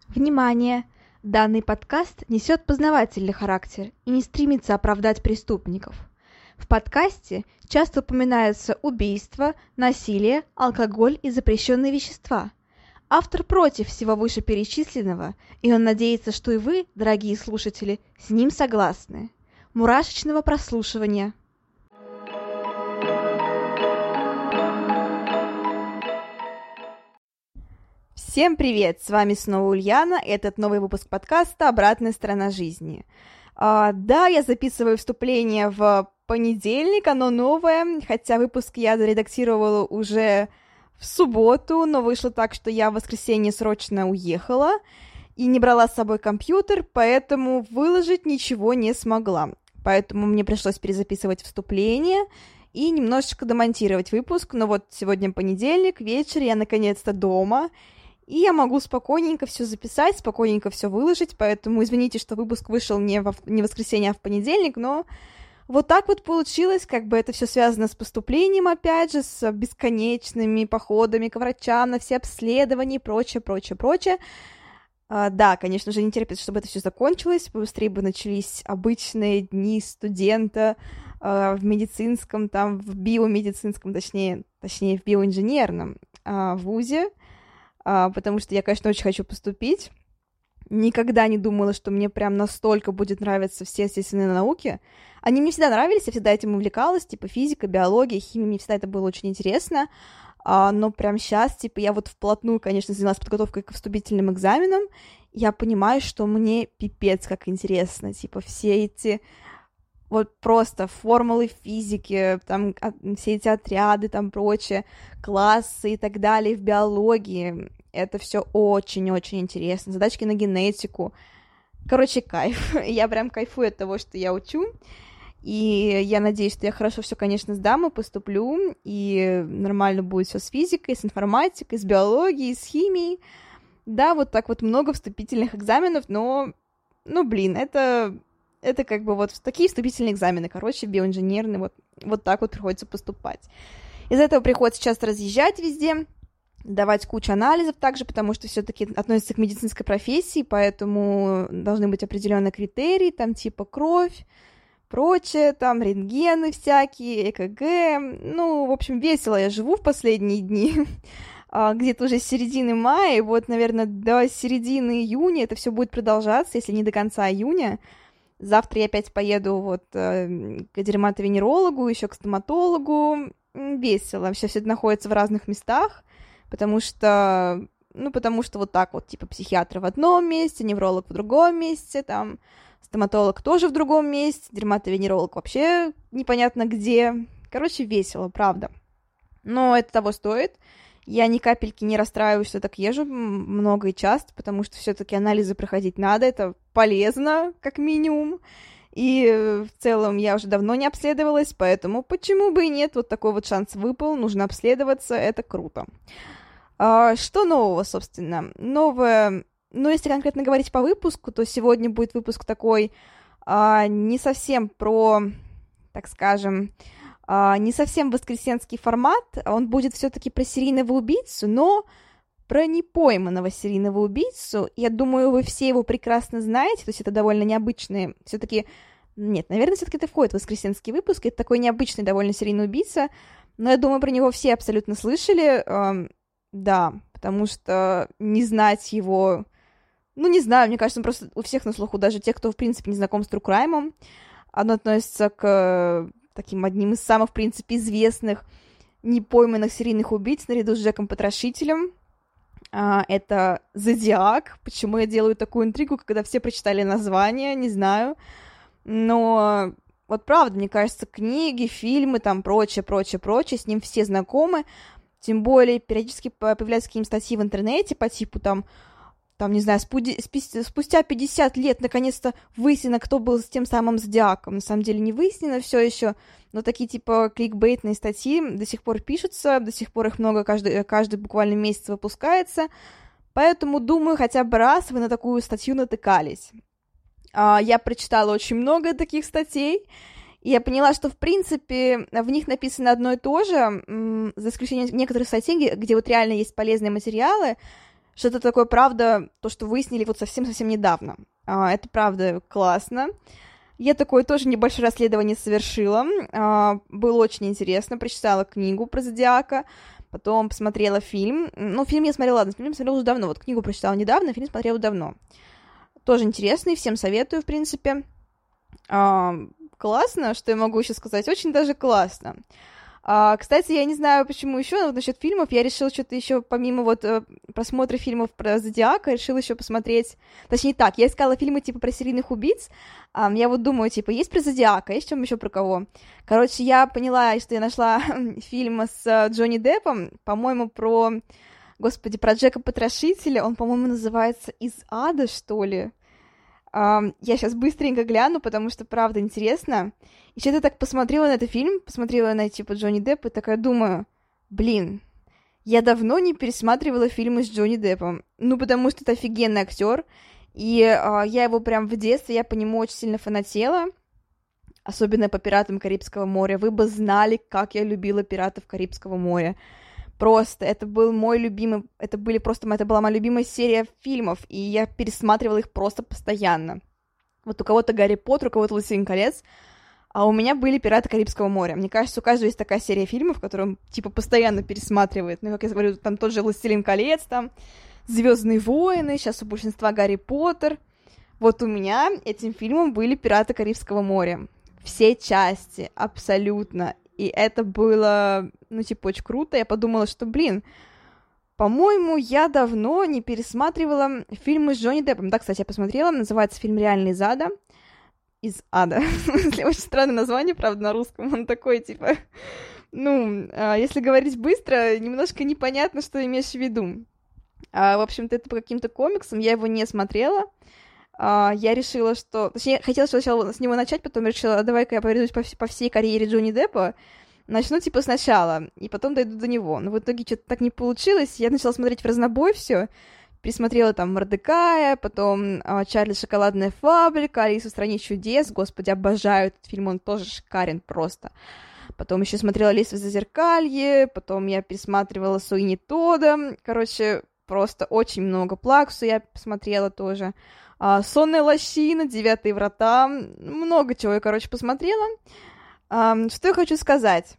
Внимание! Данный подкаст несет познавательный характер и не стремится оправдать преступников. В подкасте часто упоминаются убийства, насилие, алкоголь и запрещенные вещества. Автор против всего вышеперечисленного, и он надеется, что и вы, дорогие слушатели, с ним согласны. Мурашечного прослушивания! Всем привет! С вами снова Ульяна, и этот новый выпуск подкаста «Обратная сторона жизни». Да, я записываю вступление в понедельник, оно новое, хотя выпуск я заредактировала уже в субботу, но вышло так, что я в воскресенье срочно уехала и не брала с собой компьютер, поэтому выложить ничего не смогла. Поэтому мне пришлось перезаписывать вступление и немножечко домонтировать выпуск, но вот сегодня понедельник, вечер, я наконец-то дома, и я могу спокойненько все записать, спокойненько все выложить, поэтому извините, что выпуск вышел не в воскресенье, а в понедельник, но вот так вот получилось, как бы это все связано с поступлением, опять же, с бесконечными походами к врачам, на все обследования и прочее. Да, конечно же, не терпится, чтобы это все закончилось, побыстрее бы начались обычные дни студента в медицинском, там, в биомедицинском, точнее, в биоинженерном вузе, потому что я, конечно, очень хочу поступить. Никогда не думала, что мне прям настолько будет нравиться все естественные науки. Они мне всегда нравились, я всегда этим увлекалась, типа физика, биология, химия, мне всегда это было очень интересно. Но прям сейчас, типа, я вот вплотную, конечно, занялась подготовкой к вступительным экзаменам, я понимаю, что мне пипец как интересно, типа, все эти вот просто формулы физики, там, все эти отряды, там, прочее, классы и так далее в биологии, это все очень-очень интересно, задачки на генетику, короче, кайф, я прям кайфую от того, что я учу, и я надеюсь, что я хорошо все, конечно, сдам и поступлю, и нормально будет все с физикой, с информатикой, с биологией, с химией. Да, вот так вот много вступительных экзаменов, но, блин, это как бы вот такие вступительные экзамены, короче, биоинженерные, вот так вот приходится поступать. Из-за этого приходится часто разъезжать везде, давать кучу анализов также, потому что все-таки относится к медицинской профессии, поэтому должны быть определенные критерии, там типа кровь, прочее, там рентгены всякие, ЭКГ, в общем, весело я живу в последние дни, где-то уже с середины мая, и вот, наверное, до середины июня это все будет продолжаться, если не до конца июня. Завтра я опять поеду вот к дерматовенерологу, еще к стоматологу, весело, вообще все это находится в разных местах, потому что вот так вот, типа, психиатр в одном месте, невролог в другом месте, там, стоматолог тоже в другом месте, дерматовенеролог вообще непонятно где. Короче, весело, правда. Но это того стоит. Я ни капельки не расстраиваюсь, что так езжу много и часто, потому что все-таки анализы проходить надо, это полезно, как минимум. И в целом я уже давно не обследовалась, поэтому почему бы и нет, вот такой вот шанс выпал, нужно обследоваться, это круто. Что нового, собственно? Новое... если конкретно говорить по выпуску, то сегодня будет выпуск такой не совсем про, так скажем, не совсем воскресенский формат, он будет все-таки про серийного убийцу, но про непойманного серийного убийцу. Я думаю, вы все его прекрасно знаете, то есть это довольно необычный, все-таки, нет, наверное, все-таки это входит в воскресенский выпуск, это такой необычный довольно серийный убийца, но я думаю, про него все абсолютно слышали, да, потому что не знать его... не знаю, мне кажется, он просто у всех на слуху, даже те, кто, в принципе, не знаком с True Crime, оно относится к таким одним из самых, в принципе, известных непойманных серийных убийц наряду с Джеком Потрошителем. Это Зодиак. Почему я делаю такую интригу, когда все прочитали название, не знаю. Но вот правда, мне кажется, книги, фильмы, там прочее, с ним все знакомы. Тем более периодически появляются какие-нибудь статьи в интернете по типу там, не знаю, спустя 50 лет наконец-то выяснено, кто был с тем самым Зодиаком. На самом деле не выяснено все еще, но такие типа кликбейтные статьи до сих пор пишутся, до сих пор их много, каждый буквально месяц выпускается, поэтому, думаю, хотя бы раз вы на такую статью натыкались. Я прочитала очень много таких статей, и я поняла, что, в принципе, в них написано одно и то же, за исключением некоторых статей, где вот реально есть полезные материалы, что это такое, правда, то, что выяснили вот совсем-совсем недавно. Это, правда, классно. Я такое тоже небольшое расследование совершила. Было очень интересно. Прочитала книгу про Зодиака, потом посмотрела фильм. Ну, фильм я смотрела, ладно, фильм смотрела уже давно. Вот книгу прочитала недавно, фильм смотрела давно. Тоже интересный, всем советую, в принципе. Классно, что я могу еще сказать. Очень даже классно. Кстати, я не знаю, почему еще, но вот насчет фильмов я решила что-то еще, помимо вот просмотра фильмов про Зодиака, решила еще посмотреть, точнее так, я искала фильмы типа про серийных убийц, я вот думаю, типа, есть про Зодиака, есть чем еще про кого? Короче, я поняла, что я нашла фильм с Джонни Деппом, по-моему, господи, про Джека Потрошителя, он, по-моему, называется «Из ада», что ли? Я сейчас быстренько гляну, потому что, правда, интересно. И что-то так посмотрела на этот фильм, посмотрела на, типа, Джонни Деппа, и такая думаю, блин, я давно не пересматривала фильмы с Джонни Деппом. Ну, потому что это офигенный актер, и я его прям в детстве, я по нему очень сильно фанатела, особенно по «Пиратам Карибского моря». Вы бы знали, как я любила «Пиратов Карибского моря». Просто, это был мой любимый, это была моя любимая серия фильмов, и я пересматривала их просто постоянно. Вот у кого-то Гарри Поттер, у кого-то Властелин колец, а у меня были «Пираты Карибского моря». Мне кажется, у каждого есть такая серия фильмов, которую он, типа, постоянно пересматривает. Ну, как я говорю, там тот же «Властелин колец», там «Звездные войны», сейчас у большинства «Гарри Поттер». Вот у меня этим фильмом были «Пираты Карибского моря». Все части, абсолютно. И это было, ну, типа, очень круто. Я подумала, что, блин, по-моему, я давно не пересматривала фильмы с Джонни Деппом. Да, кстати, я посмотрела, называется фильм «Реально из ада». Из ада. Очень странное название, правда, на русском. Он такой, типа, ну, если говорить быстро, немножко непонятно, что имеешь в виду. В общем-то, это по каким-то комиксам, я его не смотрела. Я решила, что... Точнее, я хотела сначала с него начать, потом решила, давай-ка я пройдусь по всей карьере Джонни Деппа, начну, типа, сначала, и потом дойду до него. Но в итоге что-то так не получилось, я начала смотреть в разнобой все, пересмотрела там Мордекая, потом Чарли Шоколадная фабрика, Алису в стране чудес, господи, обожаю этот фильм, он тоже шикарен просто. Потом еще смотрела Алису в Зазеркалье, потом я пересматривала Суини Тодда, короче, просто очень много. Плаксу я посмотрела тоже. Сонная лощина, Девятые врата, много чего я, короче, посмотрела. Что я хочу сказать?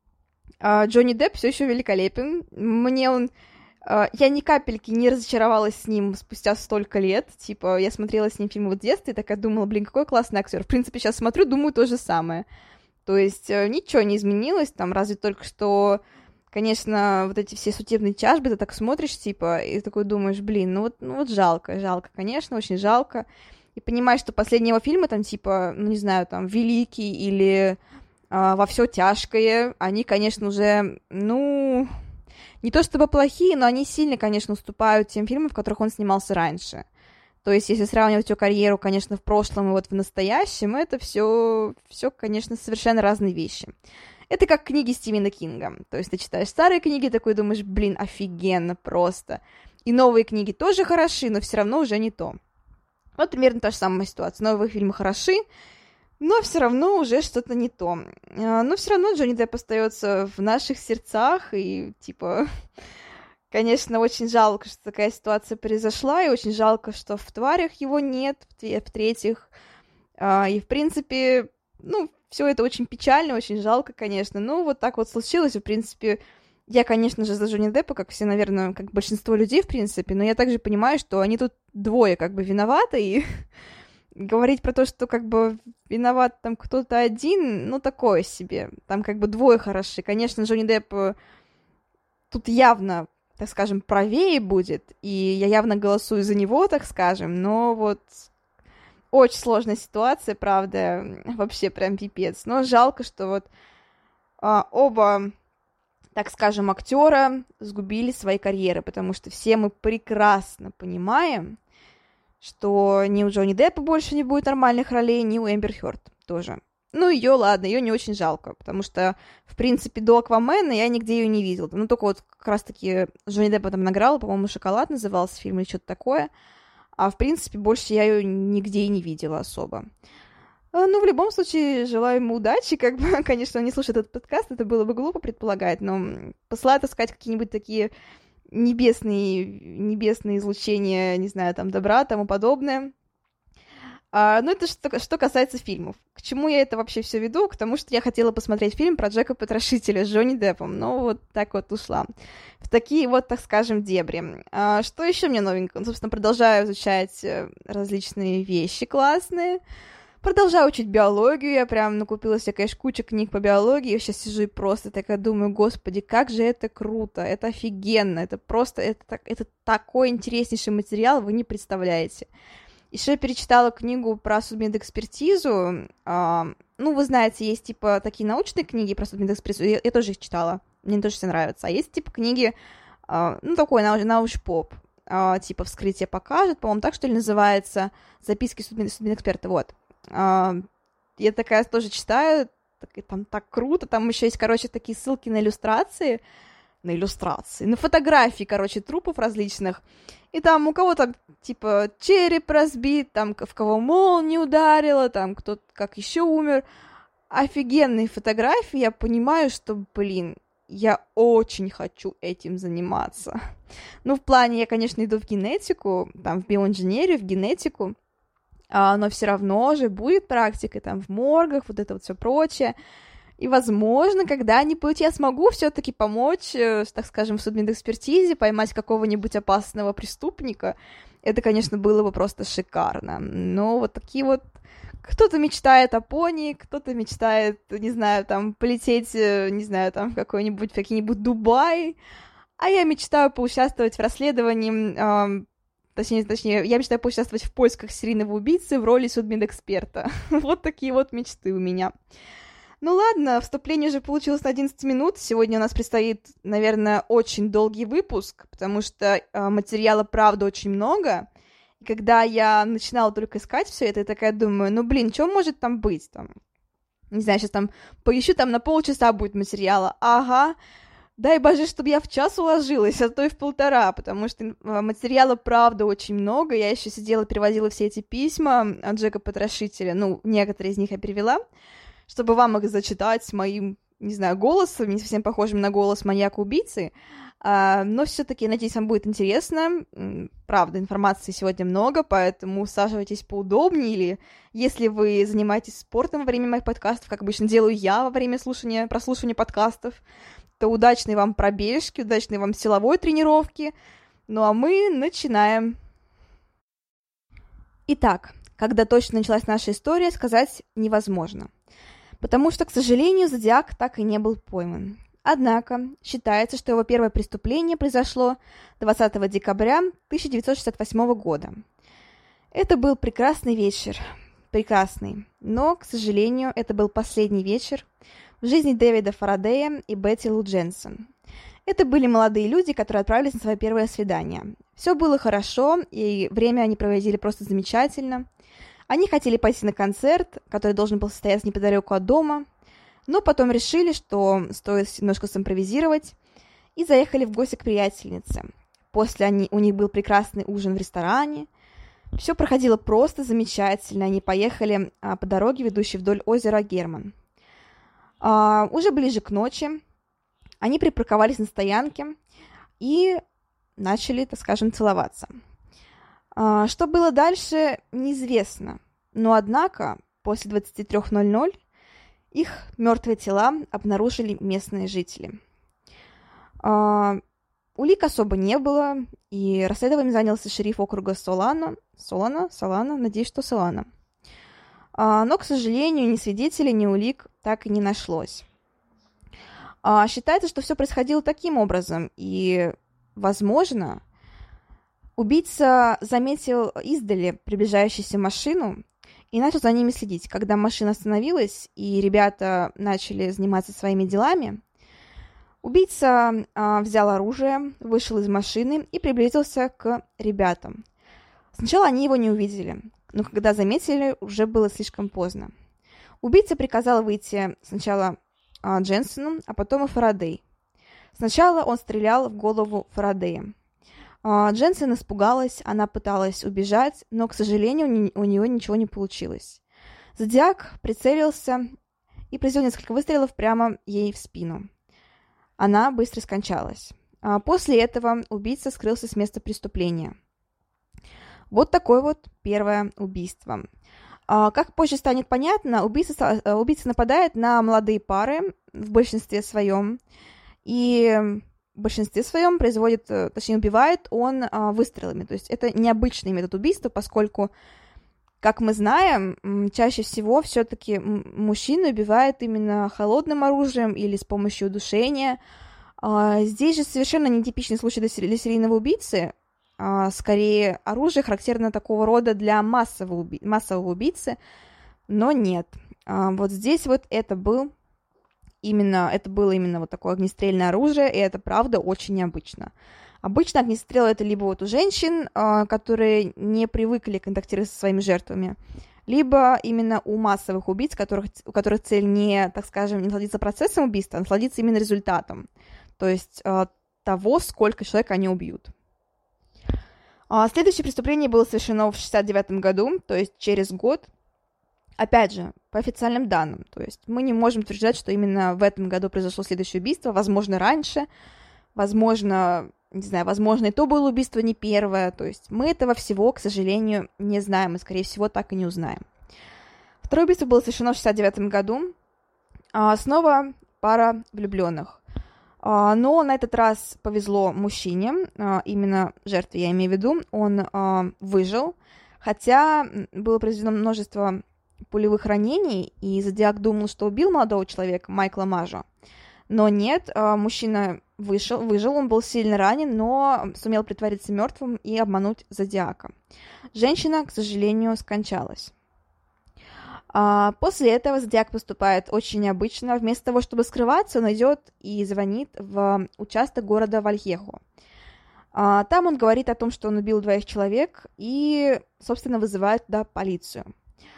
Джонни Депп все еще великолепен. Мне он... Я ни капельки не разочаровалась с ним спустя столько лет. Типа, я смотрела с ним фильмы в детстве, и такая думала, блин, какой классный актер. В принципе, сейчас смотрю, думаю то же самое. То есть ничего не изменилось, там, разве только что... Конечно, вот эти все судебные тяжбы, ты так смотришь, типа, и такой думаешь, блин, ну вот жалко, конечно, очень жалко. И понимаешь, что последние его фильмы, там, типа, ну, не знаю, там, «Великий» или «Во все тяжкое», они, конечно, уже, ну, не то чтобы плохие, но они сильно, конечно, уступают тем фильмам, в которых он снимался раньше. То есть, если сравнивать его карьеру, конечно, в прошлом и вот в настоящем, это все, конечно, совершенно разные вещи. Это как книги Стивена Кинга. То есть ты читаешь старые книги, такой думаешь, блин, офигенно просто. И новые книги тоже хороши, но все равно уже не то. Вот примерно та же самая ситуация. Новые фильмы хороши, но все равно уже что-то не то. Но все равно Джонни Депп остается в наших сердцах, и, типа, конечно, очень жалко, что такая ситуация произошла, и очень жалко, что в «Тварях» его нет, в-третьих. И, в принципе, ну, все это очень печально, очень жалко, конечно. Ну, вот так вот случилось. В принципе, я, конечно же, за Джонни Деппа, как все, наверное, как большинство людей, в принципе, но я также понимаю, что они тут двое как бы виноваты, и говорить про то, что как бы виноват там кто-то один, ну, такое себе. Там как бы двое хороши. Конечно, Джонни Депп тут явно, так скажем, правее будет, и я явно голосую за него, так скажем, но вот... Очень сложная ситуация, правда, вообще прям пипец. Но жалко, что вот оба, так скажем, актера сгубили свои карьеры, потому что все мы прекрасно понимаем, что ни у Джонни Деппа больше не будет нормальных ролей, ни у Эмбер Хёрд тоже. Ну, ее, ладно, ее не очень жалко, потому что, в принципе, до «Аквамена» я нигде ее не видела. Ну, только вот как раз-таки Джонни Деппа там награла, по-моему, «Шоколад» назывался фильм или что-то такое. А, в принципе, больше я ее нигде и не видела особо. Ну, в любом случае, желаю ему удачи, как бы, конечно, он не слушает этот подкаст, это было бы глупо предполагать, но посылаю, так сказать, какие-нибудь такие небесные излучения, не знаю, там, добра, тому подобное. Ну, это что касается фильмов. К чему я это вообще все веду? К тому, что я хотела посмотреть фильм про Джека Потрошителя с Джонни Деппом, но вот так вот ушла в такие вот, так скажем, дебри. Что еще мне новенького? Собственно, продолжаю изучать различные вещи классные. Продолжаю учить биологию, я прям накупила себе, конечно, кучу книг по биологии, я сейчас сижу и просто такая думаю, господи, как же это круто, это офигенно, это просто, это такой интереснейший материал, вы не представляете. Еще я перечитала книгу про судмедэкспертизу, ну, вы знаете, есть, типа, такие научные книги про судмедэкспертизу, я тоже их читала, мне тоже все нравятся, а есть, типа, книги, ну, такой науч-поп, типа «Вскрытие покажет», по-моему, так, что ли, называется, «Записки судмедэксперта», вот. Я такая тоже читаю, там так круто, там еще есть, короче, такие ссылки на иллюстрации, на фотографии, короче, трупов различных, и там у кого-то, типа, череп разбит, там, в кого молния ударила, там, кто-то как еще умер, офигенные фотографии, я понимаю, что, блин, я очень хочу этим заниматься. Ну, в плане, я, конечно, иду в генетику, там, в биоинженерию, в генетику, но все равно же будет практика там в моргах, вот это вот все прочее. И, возможно, когда-нибудь я смогу все-таки помочь, так скажем, в судмедэкспертизе, поймать какого-нибудь опасного преступника. Это, конечно, было бы просто шикарно. Но вот такие вот... Кто-то мечтает о пони, кто-то мечтает, не знаю, там, полететь, не знаю, там, в какой-нибудь Дубай. А я мечтаю поучаствовать в расследовании... Точнее, я мечтаю поучаствовать в поисках серийного убийцы в роли судмедэксперта. Вот такие вот мечты у меня. Ну ладно, вступление уже получилось на 11 минут. Сегодня у нас предстоит, наверное, очень долгий выпуск, потому что материала, правда, очень много. И когда я начинала только искать все это, я такая думаю, ну, блин, что может там быть? Там, не знаю, сейчас там поищу, там на полчаса будет материала. Ага. Дай боже, чтобы я в час уложилась, а то и в 1,5, потому что материала, правда, очень много. Я еще сидела, переводила все эти письма от Джека Потрошителя, ну, некоторые из них я перевела, чтобы вам их зачитать моим, не знаю, голосом, не совсем похожим на голос маньяка-убийцы. Но все-таки, надеюсь, вам будет интересно. Правда, информации сегодня много, поэтому усаживайтесь поудобнее, или если вы занимаетесь спортом во время моих подкастов, как обычно делаю я во время прослушивания подкастов, то удачной вам пробежки, удачной вам силовой тренировки. Ну а мы начинаем. Итак, когда точно началась наша история, сказать невозможно. Потому что, к сожалению, Зодиак так и не был пойман. Однако, считается, что его первое преступление произошло 20 декабря 1968 года. Это был прекрасный вечер. Прекрасный. Но, к сожалению, это был последний вечер в жизни Дэвида Фарадея и Бетти Лу Дженсон. Это были молодые люди, которые отправились на свое первое свидание. Все было хорошо, и время они проводили просто замечательно. Они хотели пойти на концерт, который должен был состояться неподалеку от дома, но потом решили, что стоит немножко симпровизировать, и заехали в гости к приятельнице. После у них был прекрасный ужин в ресторане. Все проходило просто замечательно. Они поехали по дороге, ведущей вдоль озера Герман. Уже ближе к ночи они припарковались на стоянке и начали, так скажем, целоваться. Что было дальше, неизвестно. Но, однако, после 23:00 их мертвые тела обнаружили местные жители. Улик особо не было, и расследованием занялся шериф округа Солана, надеюсь, что Солана. Но, к сожалению, ни свидетелей, ни улик так и не нашлось. Считается, что все происходило таким образом, и, возможно, убийца заметил издали приближающуюся машину и начал за ними следить. Когда машина остановилась, и ребята начали заниматься своими делами, убийца взял оружие, вышел из машины и приблизился к ребятам. Сначала они его не увидели, но когда заметили, уже было слишком поздно. Убийца приказал выйти сначала Дженсону, а потом и Фарадей. Сначала он стрелял в голову Фарадея. Дженсен испугалась, она пыталась убежать, но, к сожалению, у нее ничего не получилось. Зодиак прицелился и произвел несколько выстрелов прямо ей в спину. Она быстро скончалась. После этого убийца скрылся с места преступления. Вот такое вот первое убийство. Как позже станет понятно, убийца нападает на молодые пары в большинстве своем, и в большинстве своем убивает он выстрелами. То есть это необычный метод убийства, поскольку, как мы знаем, чаще всего все-таки мужчины убивают именно холодным оружием или с помощью удушения. Здесь же совершенно нетипичный случай для серийного убийцы. Скорее, оружие характерно такого рода для массового убийцы, но нет. Вот здесь вот это было именно вот такое огнестрельное оружие, и это, правда, очень необычно. Обычно огнестрел — это либо вот у женщин, которые не привыкли контактировать со своими жертвами, либо именно у массовых убийц, у которых цель не, так скажем, не насладиться процессом убийства, а насладиться именно результатом, то есть того, сколько человек они убьют. Следующее преступление было совершено в 1969 году, то есть через год, опять же, по официальным данным. То есть мы не можем утверждать, что именно в этом году произошло следующее убийство, возможно, раньше, возможно, не знаю, возможно, и то было убийство не первое. То есть мы этого всего, к сожалению, не знаем и, скорее всего, так и не узнаем. Второе убийство было совершено в 1969 году. Снова пара влюбленных. Но на этот раз повезло мужчине, именно жертве я имею в виду, он выжил, хотя было произведено множество пулевых ранений, и Зодиак думал, что убил молодого человека, Майкла Мажо. Но нет, мужчина выжил, он был сильно ранен, но сумел притвориться мертвым и обмануть Зодиака. Женщина, к сожалению, скончалась. После этого Зодиак поступает очень необычно. Вместо того, чтобы скрываться, он идет и звонит в участок города Вальехо. Там он говорит о том, что он убил 2 человек и, собственно, вызывает полицию.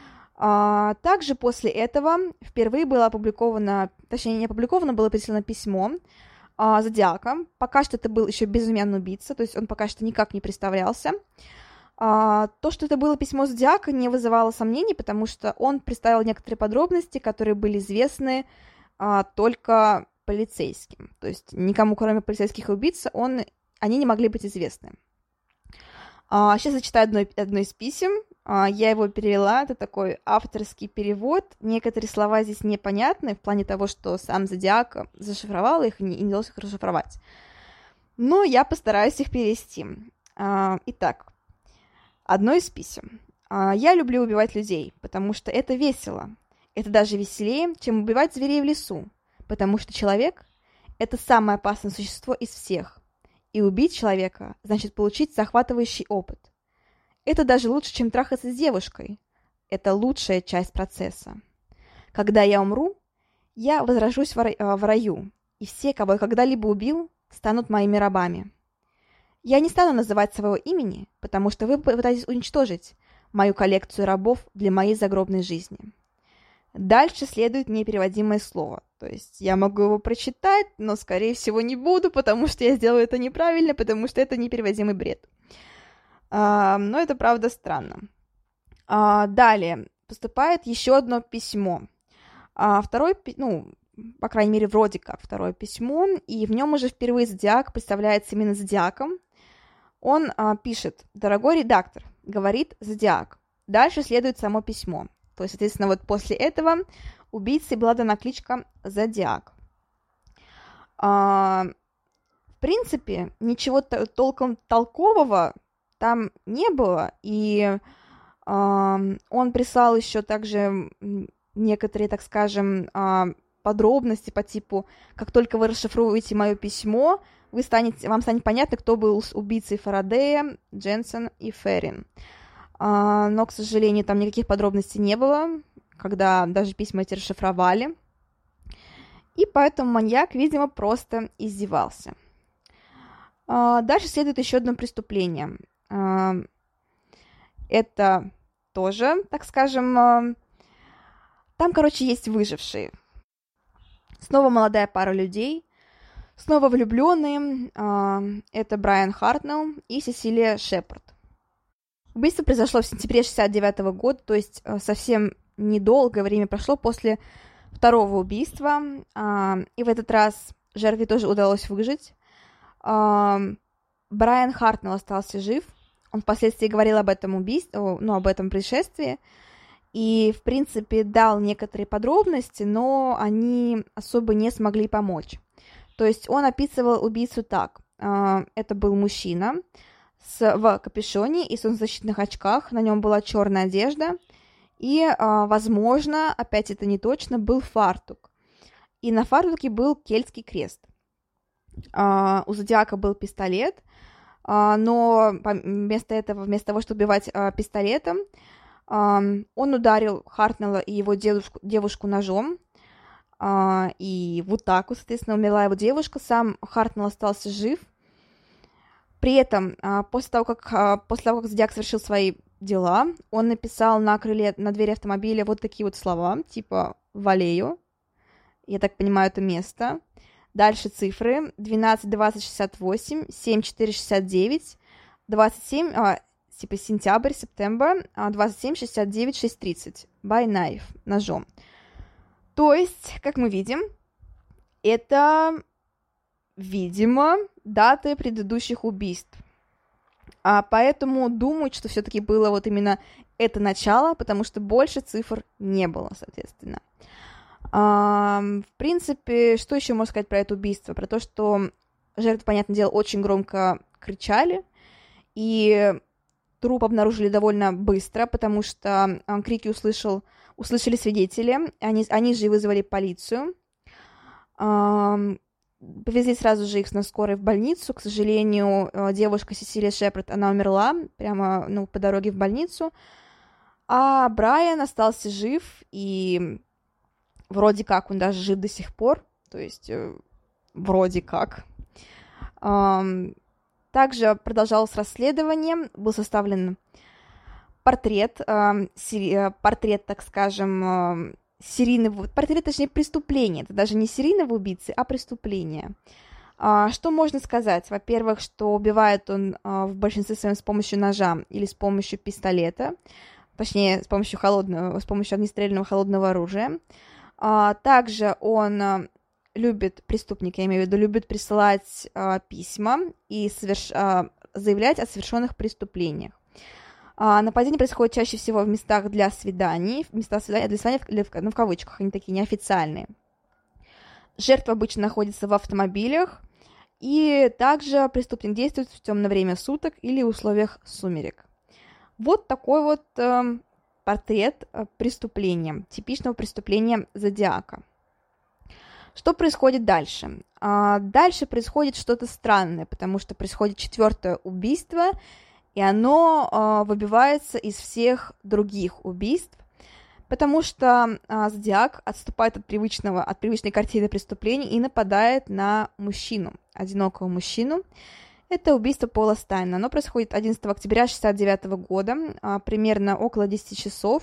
Также после этого впервые было опубликовано, точнее не опубликовано, было прислано письмо Зодиака. Пока что это был еще безымянный убийца, то есть он пока что никак не представлялся. То, что это было письмо Зодиака, не вызывало сомнений, потому что он представил некоторые подробности, которые были известны только полицейским. То есть никому, кроме полицейских убийц, они не могли быть известны. Сейчас зачитаю одно из писем. Я его перевела, это такой авторский перевод. Некоторые слова здесь непонятны, в плане того, что сам Зодиак зашифровал их и не удалось их расшифровать. Но я постараюсь их перевести. Итак, одно из писем. «Я люблю убивать людей, потому что это весело. Это даже веселее, чем убивать зверей в лесу, потому что человек — это самое опасное существо из всех. И убить человека значит получить захватывающий опыт. Это даже лучше, чем трахаться с девушкой. Это лучшая часть процесса. Когда я умру, я возрожусь в раю, и все, кого я когда-либо убил, станут моими рабами. Я не стану называть своего имени, потому что вы пытаетесь уничтожить мою коллекцию рабов для моей загробной жизни». Дальше следует непереводимое слово. То есть я могу его прочитать, но, скорее всего, не буду, потому что я сделаю это неправильно, потому что это непереводимый бред. Но это, правда, странно. Далее поступает еще одно письмо. По крайней мере, вроде как второе письмо, и в нем уже впервые Зодиак представляется именно Зодиаком. Он пишет: «Дорогой редактор», говорит Зодиак. Дальше следует само письмо. То есть, соответственно, вот после этого убийце была дана кличка Зодиак. В принципе, ничего толком толкового там не было, и он прислал еще также некоторые, так скажем, подробности по типу: как только вы расшифруете мое письмо, вам станет понятно, кто был убийцей Фарадея, Дженсен и Феррин. Но, к сожалению, там никаких подробностей не было, когда даже письма эти расшифровали. И поэтому маньяк, видимо, просто издевался. Дальше следует еще одно преступление. Это тоже, так скажем, там, есть выжившие. Снова молодая пара людей, снова влюбленные. Это Брайан Хартнелл и Сесилия Шепард. Убийство произошло в сентябре 1969 года, то есть совсем недолгое время прошло после второго убийства. И в этот раз жертве тоже удалось выжить. Брайан Хартнелл остался жив. Он впоследствии говорил об этом убийстве, об этом происшествии, и, в принципе, дал некоторые подробности, но они особо не смогли помочь. То есть он описывал убийцу так. Это был мужчина в капюшоне и солнцезащитных очках, на нем была черная одежда, и, возможно, опять это не точно, был фартук. И на фартуке был кельтский крест. У Зодиака был пистолет, но вместо того, чтобы убивать пистолетом, он ударил Хартнелла и его девушку ножом, и вот так вот, соответственно, умерла его девушка, сам Хартнелл остался жив. При этом, после того, как Зодиак совершил свои дела, он написал на двери автомобиля вот такие вот слова, типа «Валею», я так понимаю, это место. Дальше цифры 12, 20, 68, 7, 4, 69, 27, типа сентябрь, септембр, 27, 69, 6, 30, by knife, ножом. То есть, как мы видим, это, видимо, даты предыдущих убийств. Поэтому думают, что все-таки было вот именно это начало, потому что больше цифр не было, соответственно. В принципе, что еще можно сказать про это убийство? Про то, что жертвы, понятное дело, очень громко кричали, и труп обнаружили довольно быстро, потому что крики услышали свидетели, они же и вызвали полицию. Повезли сразу же их на скорой в больницу. К сожалению, девушка Сесилия Шепард, она умерла прямо по дороге в больницу, а Брайан остался жив, и вроде как он даже жив до сих пор, то есть вроде как. Также продолжалось расследование, был составлен портрет, так скажем, портрет, точнее, преступления. Это даже не серийного убийцы, а преступления. Что можно сказать? Во-первых, что убивает он в большинстве своем с помощью ножа или с помощью пистолета, точнее, с помощью огнестрельного холодного оружия. Также он преступник, я имею в виду, любит присылать письма и заявлять о совершенных преступлениях. Нападения происходят чаще всего в местах для свиданий, в кавычках, они такие неофициальные. Жертва обычно находится в автомобилях, и также преступник действует в темное время суток или в условиях сумерек. Вот такой вот портрет преступления, типичного преступления Зодиака. Что происходит дальше? Дальше происходит что-то странное, потому что происходит 4-е убийство, и оно выбивается из всех других убийств, потому что Зодиак отступает от привычной картины преступлений и нападает на мужчину, одинокого мужчину. Это убийство Пола Стайна. Оно происходит 11 октября 1969 года, примерно около 10 часов.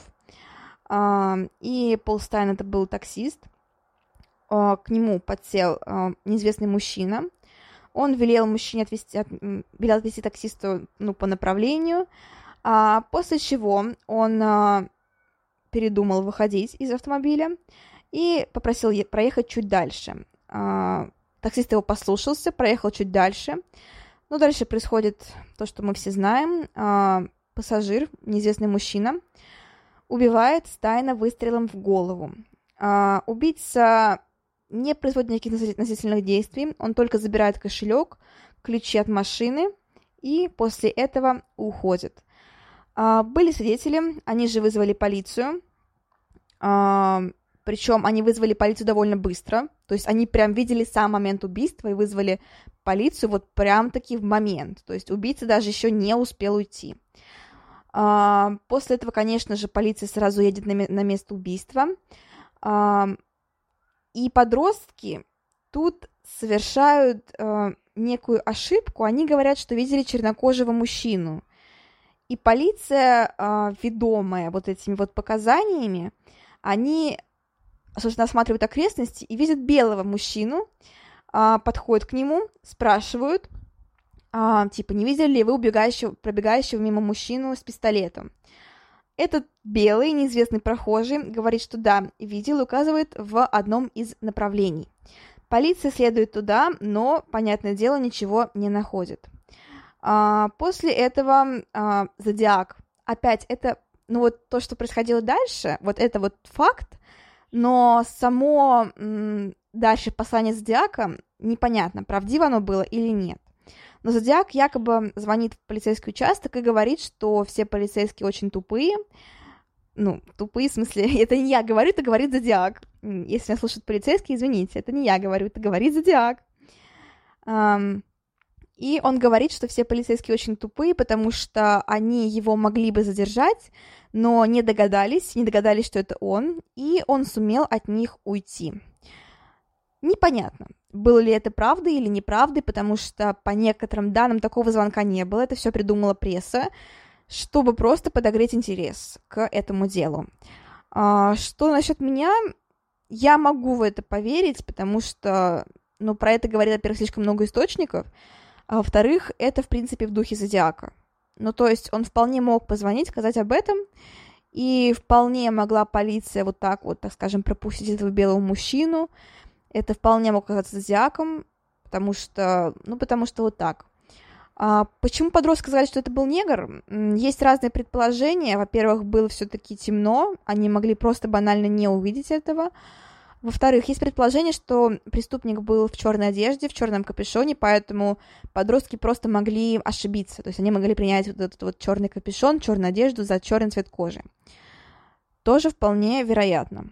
И Пол Стайн это был таксист. К нему подсел неизвестный мужчина. Он велел мужчине отвезти таксисту по направлению, после чего он передумал выходить из автомобиля и попросил проехать чуть дальше. Таксист его послушался, проехал чуть дальше. Но дальше происходит то, что мы все знаем. Пассажир, неизвестный мужчина, убивает Стайна выстрелом в голову. Убийца не производит никаких насильственных действий, он только забирает кошелек, ключи от машины и после этого уходит. Были свидетели, они же вызвали полицию, причем они вызвали полицию довольно быстро, то есть они прям видели сам момент убийства и вызвали полицию вот прям-таки в момент, то есть убийца даже еще не успел уйти. После этого, конечно же, полиция сразу едет на место убийства, и подростки тут совершают некую ошибку, они говорят, что видели чернокожего мужчину, и полиция, ведомая вот этими вот показаниями, они, собственно, осматривают окрестности и видят белого мужчину, подходят к нему, спрашивают, не видели ли вы пробегающего мимо мужчину с пистолетом? Этот белый, неизвестный прохожий говорит, что да, видел, и указывает в одном из направлений. Полиция следует туда, но, понятное дело, ничего не находит. После этого Зодиак, опять это, ну вот то, что происходило дальше, вот это вот факт, но само дальше послание Зодиака непонятно, правдиво оно было или нет. Но Зодиак якобы звонит в полицейский участок и говорит, что все полицейские очень тупые. Ну, тупые, в смысле, это не я говорю, это говорит Зодиак. Если меня слушают полицейские, извините, это не я говорю, это говорит Зодиак. И он говорит, что все полицейские очень тупые, потому что они его могли бы задержать, но не догадались, что это он, и он сумел от них уйти. Непонятно, было ли это правдой или неправдой, потому что по некоторым данным такого звонка не было, это все придумала пресса, чтобы просто подогреть интерес к этому делу. Что насчет меня? Я могу в это поверить, потому что, ну, про это говорит, во-первых, слишком много источников, а во-вторых, это, в принципе, в духе Зодиака. Ну, то есть он вполне мог позвонить, сказать об этом, и вполне могла полиция вот так вот, так скажем, пропустить этого белого мужчину. Это вполне мог оказаться Зодиаком, потому что вот так. Почему подростки сказали, что это был негр? Есть разные предположения. Во-первых, было все-таки темно, они могли просто банально не увидеть этого. Во-вторых, есть предположение, что преступник был в черной одежде, в черном капюшоне, поэтому подростки просто могли ошибиться. То есть они могли принять вот этот вот черный капюшон, черную одежду за черный цвет кожи. Тоже вполне вероятно.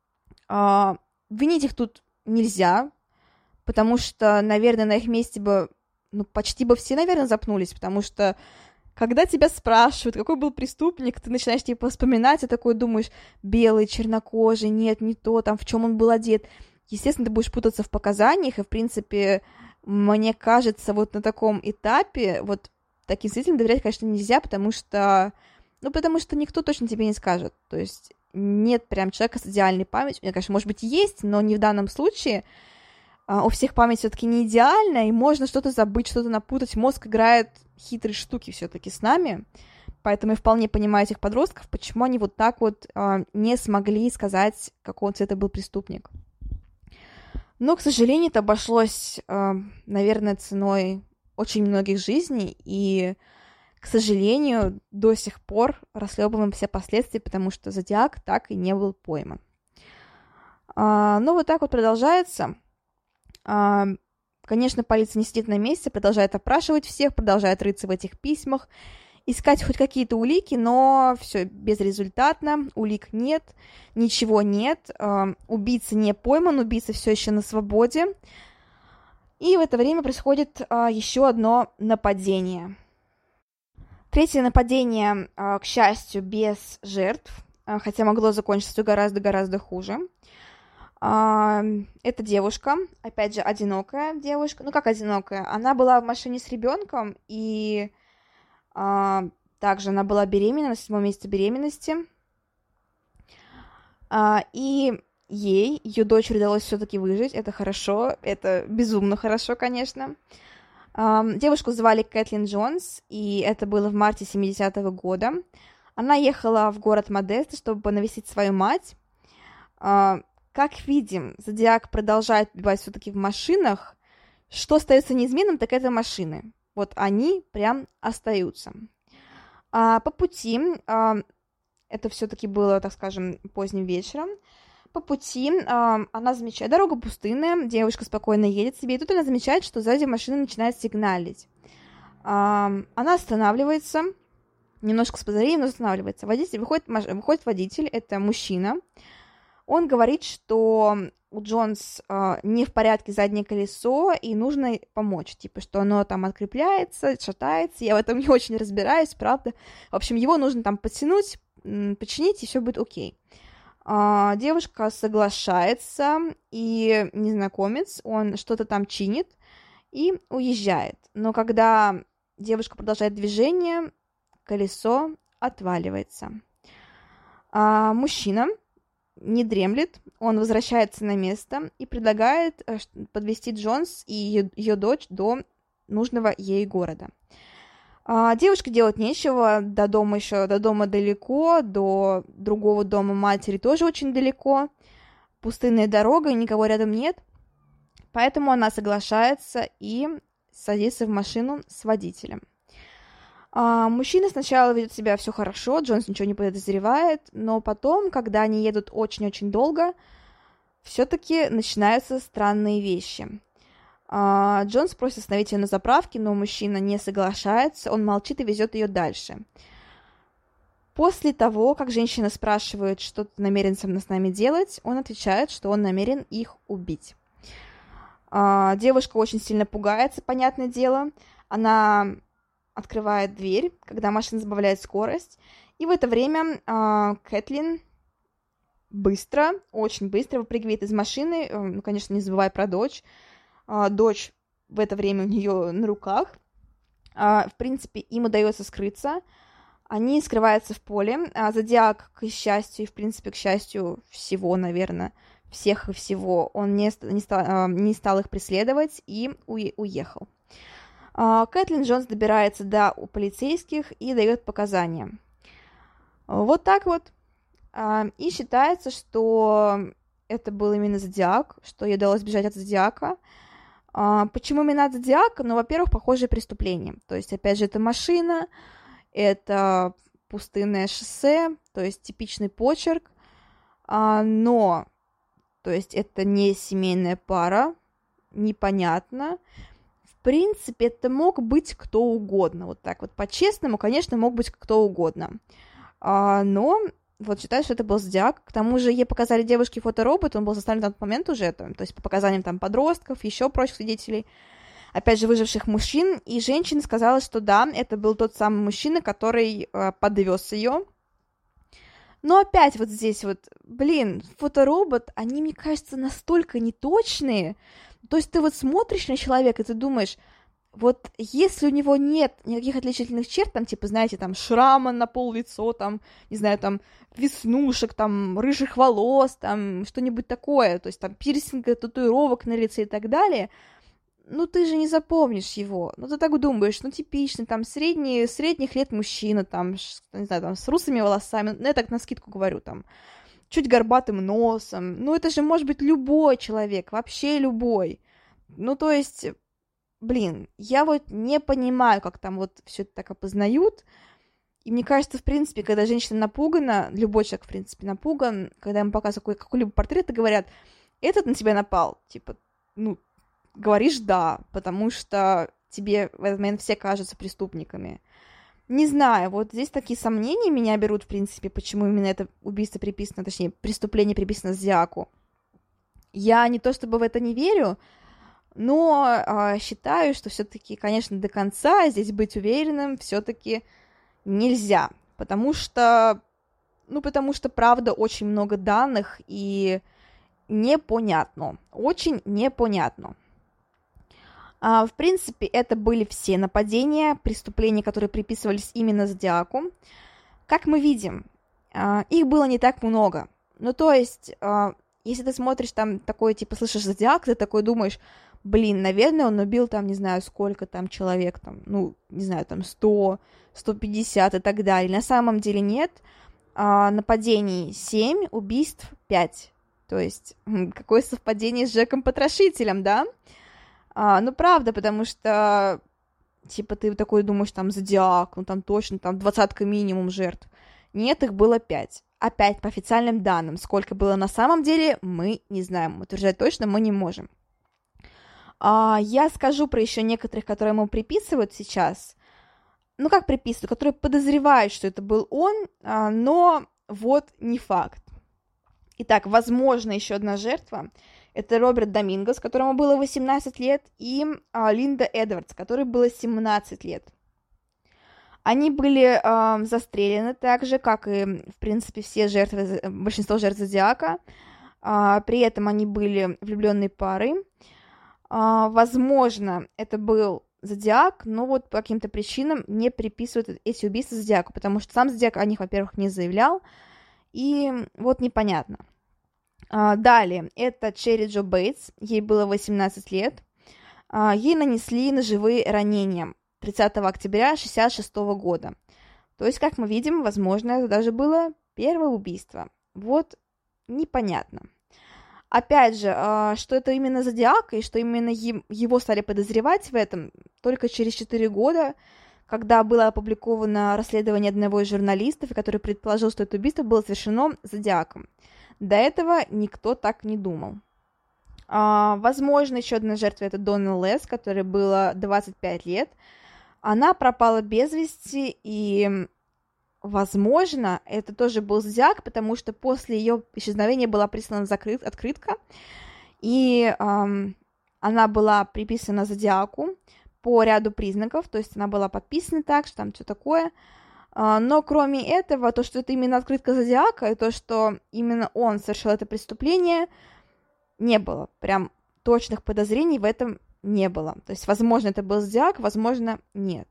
Винить их тут нельзя, потому что, наверное, на их месте бы, почти бы все, наверное, запнулись, потому что когда тебя спрашивают, какой был преступник, ты начинаешь, вспоминать, и такой думаешь, белый, чернокожий, нет, не то, там, в чем он был одет. Естественно, ты будешь путаться в показаниях, и, в принципе, мне кажется, вот на таком этапе, вот таким свидетелям доверять, конечно, нельзя, потому что никто точно тебе не скажет. То есть нет прям человека с идеальной памятью. Мне, конечно, может быть, есть, но не в данном случае. У всех память все-таки не идеальная, и можно что-то забыть, что-то напутать. Мозг играет хитрые штуки все-таки с нами, поэтому я вполне понимаю этих подростков, почему они вот так вот не смогли сказать, какого цвета был преступник. Но, к сожалению, это обошлось, наверное, ценой очень многих жизней, и, к сожалению, до сих пор расхлебываем все последствия, потому что Зодиак так и не был пойман. Вот так вот продолжается. Конечно, полиция не сидит на месте, продолжает опрашивать всех, продолжает рыться в этих письмах, искать хоть какие-то улики, но все безрезультатно, улик нет, ничего нет, убийца не пойман, убийца все еще на свободе. И в это время происходит еще одно нападение. Третье нападение, к счастью, без жертв, хотя могло закончиться все гораздо-гораздо хуже. Эта девушка, опять же, одинокая девушка. Ну, как одинокая? Она была в машине с ребенком, и также она была беременна, на 7-м месяце беременности. И ее дочери удалось все-таки выжить. Это хорошо, это безумно хорошо, конечно. Девушку звали Кэтлин Джонс, и это было в марте 70-го года. Она ехала в город Модесто, чтобы навестить свою мать. Как видим, Зодиак продолжает убивать все-таки в машинах. Что остается неизменным, так это машины. Вот они прям остаются. По пути, это все-таки было, так скажем, поздним вечером, по пути она замечает, дорога пустынная, девушка спокойно едет себе, и тут она замечает, что сзади машина начинает сигналить. Она останавливается, немножко с подозрением, но останавливается. Выходит водитель, это мужчина. Он говорит, что у Джонс не в порядке заднее колесо, и нужно помочь, что оно там открепляется, шатается, я в этом не очень разбираюсь, правда. В общем, его нужно там подтянуть, починить, и все будет окей. Девушка соглашается, и незнакомец, он что-то там чинит и уезжает. Но когда девушка продолжает движение, колесо отваливается. Мужчина не дремлет, он возвращается на место и предлагает подвезти Джонс и ее дочь до нужного ей города. Девушке делать нечего, до дома далеко, до другого дома матери тоже очень далеко, пустынная дорога, никого рядом нет, Поэтому она соглашается и садится в машину с водителем. Мужчина сначала ведет себя все хорошо, Джонс ничего не подозревает, но потом, когда они едут очень-очень долго, все-таки начинаются странные вещи. Джонс просит остановить ее на заправке, но мужчина не соглашается, он молчит и везет ее дальше. После того, как женщина спрашивает, что ты намерен с нами делать, он отвечает, что он намерен их убить. Девушка очень сильно пугается, понятное дело. Она открывает дверь, когда машина сбавляет скорость. И в это время Кэтлин быстро, очень быстро выпрыгивает из машины. Ну, конечно, не забывая про дочь. Дочь в это время у нее на руках. В принципе, им удается скрыться. Они скрываются в поле. Зодиак, к счастью, и, в принципе, к счастью всего, наверное, всех и всего, он не стал их преследовать и уехал. Кэтлин Джонс добирается до полицейских и дает показания. Вот так вот. И считается, что это был именно Зодиак, что ей удалось бежать от Зодиака. Почему именно от Зодиака? Ну, во-первых, похожее преступление. То есть, опять же, это машина, это пустынное шоссе, то есть типичный почерк, но, то есть это не семейная пара, непонятно. В принципе, это мог быть кто угодно, вот так вот по-честному, конечно, мог быть кто угодно, но вот считаю, что это был Зодиак. К тому же ей показали девушке фоторобот, он был составлен на тот момент уже, то есть по показаниям там подростков, еще прочих свидетелей, опять же, выживших мужчин, и женщина сказала, что да, это был тот самый мужчина, который подвез ее. Но опять вот здесь вот, фоторобот, они, мне кажется, настолько неточные. То есть ты вот смотришь на человека, и ты думаешь, вот если у него нет никаких отличительных черт, там, типа, знаете, там, шрама на пол-лицо, там, не знаю, там, веснушек, там, рыжих волос, там, что-нибудь такое, то есть там пирсинга, татуировок на лице и так далее, ну, ты же не запомнишь его. Ну, ты так думаешь, ну, типичный, там, средних лет мужчина, там, не знаю, там, с русыми волосами, ну, я так навскидку говорю, там, чуть горбатым носом. Ну, это же может быть любой человек, вообще любой. Ну, то есть, я вот не понимаю, как там вот все это так опознают. И мне кажется, в принципе, когда женщина напугана, любой человек, в принципе, напуган, когда ему показывают какой-либо портрет и говорят, этот на тебя напал, типа, ну, говоришь «да», потому что тебе в этот момент все кажутся преступниками. Не знаю, вот здесь такие сомнения меня берут, в принципе, почему именно это убийство приписано, точнее, преступление приписано Зодиаку. Я не то чтобы в это не верю, но считаю, что все-таки, конечно, до конца здесь быть уверенным все-таки нельзя, потому что, правда, очень много данных и непонятно, очень непонятно. В принципе, это были все нападения, преступления, которые приписывались именно Зодиаку. Как мы видим, их было не так много. Ну, то есть, если ты смотришь там такой, типа, слышишь Зодиак, ты такой думаешь, наверное, он убил там, не знаю, сколько там человек, там, ну, не знаю, там 100, 150 и так далее. На самом деле нет. Нападений 7, убийств 5. То есть, какое совпадение с Джеком Потрошителем, да? Ну, правда, потому что, типа, ты такой думаешь, там, Зодиак, ну, там точно, там, 20 минимум жертв. Нет, их было 5. Опять, по официальным данным, сколько было на самом деле, мы не знаем. Утверждать точно мы не можем. Я скажу про еще некоторых, которые ему приписывают сейчас. Ну, как приписывают, которые подозревают, что это был он, но вот не факт. Итак, возможно, еще одна жертва. Это Роберт Домингос, которому было 18 лет, и Линда Эдвардс, которой было 17 лет. Они были застрелены так же, как и, в принципе, большинство жертв Зодиака. При этом они были влюбленной парой. Возможно, это был Зодиак, но вот по каким-то причинам не приписывают эти убийства Зодиаку, потому что сам Зодиак о них, во-первых, не заявлял, и вот непонятно. Далее, это Черри Джо Бейтс, ей было 18 лет. Ей нанесли ножевые ранения 30 октября 1966 года. То есть, как мы видим, возможно, это даже было первое убийство. Вот непонятно. Опять же, что это именно зодиак, и что именно его стали подозревать в этом только через 4 года, когда было опубликовано расследование одного из журналистов, который предположил, что это убийство было совершено зодиаком. До этого никто так не думал. Возможно, еще одна жертва — это Донна Лес, которой было 25 лет. Она пропала без вести, и, возможно, это тоже был зодиак, потому что после ее исчезновения была прислана открытка, и она была приписана зодиаку по ряду признаков, то есть она была подписана так, что там все такое. Но кроме этого, то, что это именно открытка зодиака, и то, что именно он совершил это преступление, не было. Прям точных подозрений в этом не было. То есть, возможно, это был зодиак, возможно, нет.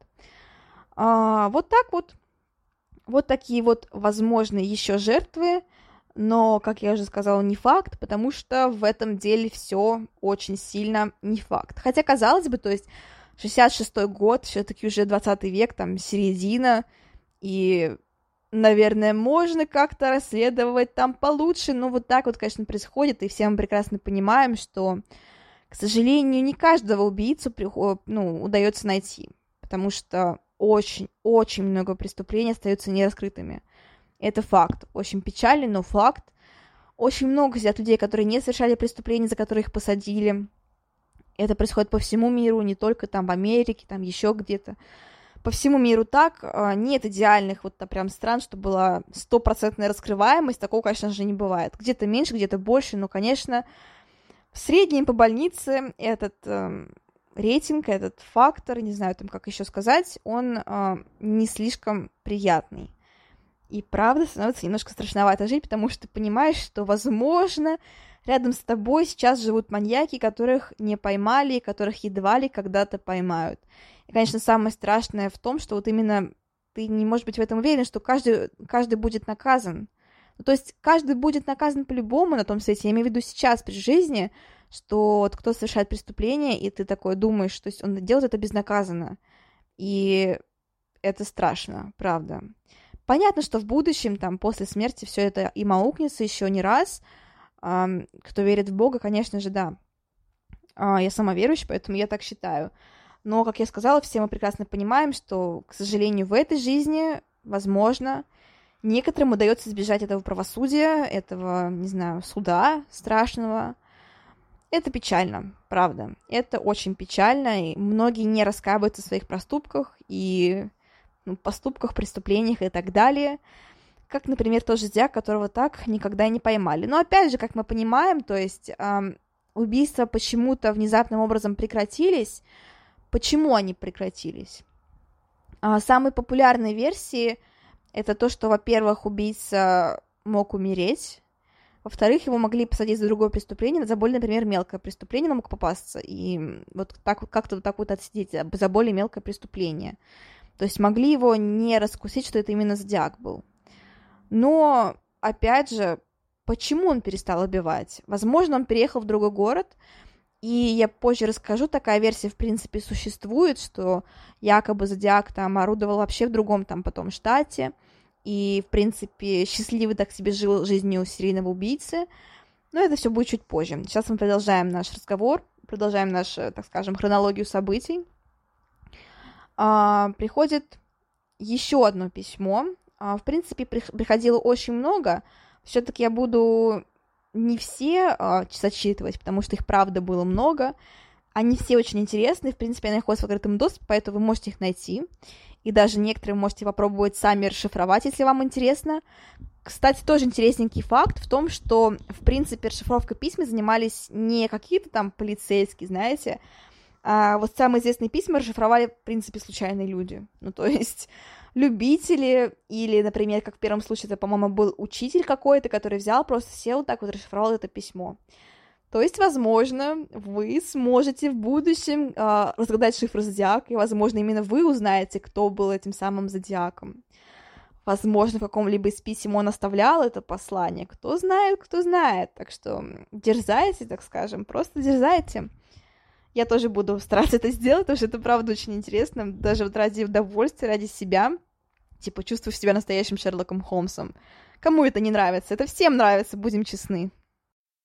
Вот так вот. Вот такие вот возможные еще жертвы, но, как я уже сказала, не факт, потому что в этом деле все очень сильно не факт. Хотя, казалось бы, то есть 66-й год, все-таки уже 20 век, там, середина, и, наверное, можно как-то расследовать там получше, но вот так вот, конечно, происходит, и все мы прекрасно понимаем, что, к сожалению, не каждого убийцу удается найти, потому что очень много преступлений остаются нераскрытыми. Это факт. Очень печальный, но факт. Очень много взят людей, которые не совершали преступления, за которые их посадили. Это происходит по всему миру, не только там в Америке, там еще где-то. По всему миру так. Нет идеальных вот прям стран, чтобы была 100% раскрываемость. Такого, конечно же, не бывает. Где-то меньше, где-то больше, но, конечно, в среднем по больнице этот рейтинг, этот фактор, не знаю там, как еще сказать, он не слишком приятный. И правда становится немножко страшновато жить, потому что ты понимаешь, что, возможно, рядом с тобой сейчас живут маньяки, которых не поймали, которых едва ли когда-то поймают. И, конечно, самое страшное в том, что вот именно ты не можешь быть в этом уверен, что каждый будет наказан. Ну, то есть каждый будет наказан по-любому на том свете. Я имею в виду сейчас, при жизни, что вот кто совершает преступление, и ты такое думаешь, что он делает это безнаказанно. И это страшно, правда. Понятно, что в будущем, там, после смерти все это и маукнется еще не раз. Кто верит в Бога, конечно же, да. Я сама верующая, поэтому я так считаю. Но, как я сказала, все мы прекрасно понимаем, что, к сожалению, в этой жизни, возможно, некоторым удается избежать этого правосудия, этого, не знаю, суда страшного. Это печально, правда. Это очень печально, и многие не раскаиваются в своих проступках и поступках, преступлениях и так далее. Как, например, тот же зодиак, которого так никогда не поймали. Но опять же, как мы понимаем, то есть убийства почему-то внезапным образом прекратились. Почему они прекратились? Самые популярные версии — это то, что, во-первых, убийца мог умереть, во-вторых, его могли посадить за другое преступление, за более, например, мелкое преступление, он мог попасться, и вот так, как-то вот так вот отсидеть за более мелкое преступление. То есть могли его не раскусить, что это именно зодиак был. Но, опять же, почему он перестал убивать? Возможно, он переехал в другой город, и я позже расскажу, такая версия, в принципе, существует, что якобы зодиак там орудовал вообще в другом там потом штате, и, в принципе, счастливый так себе жил жизнью серийного убийцы. Но это все будет чуть позже. Сейчас мы продолжаем наш разговор, продолжаем нашу, так скажем, хронологию событий. Приходит еще одно письмо. В принципе, приходило очень много. Все-таки я буду не все зачитывать, потому что их, правда, было много. Они все очень интересные. В принципе, они находятся в открытом доступе, поэтому вы можете их найти. И даже некоторые можете попробовать сами расшифровать, если вам интересно. Кстати, тоже интересненький факт в том, что, в принципе, расшифровкой письма занимались не какие-то там полицейские, знаете, а вот самые известные письма расшифровали, в принципе, случайные люди. Ну, то есть любители или, например, как в первом случае, это, по-моему, был учитель какой-то, который взял, просто сел так вот, расшифровал это письмо. То есть, возможно, вы сможете в будущем разгадать шифр зодиака, и, возможно, именно вы узнаете, кто был этим самым зодиаком. Возможно, в каком-либо из писем он оставлял это послание. Кто знает, кто знает. Так что дерзайте, так скажем, просто дерзайте. Я тоже буду стараться это сделать, потому что это, правда, очень интересно. Даже вот ради удовольствия, ради себя. Типа, чувствуешь себя настоящим Шерлоком Холмсом. Кому это не нравится? Это всем нравится, будем честны.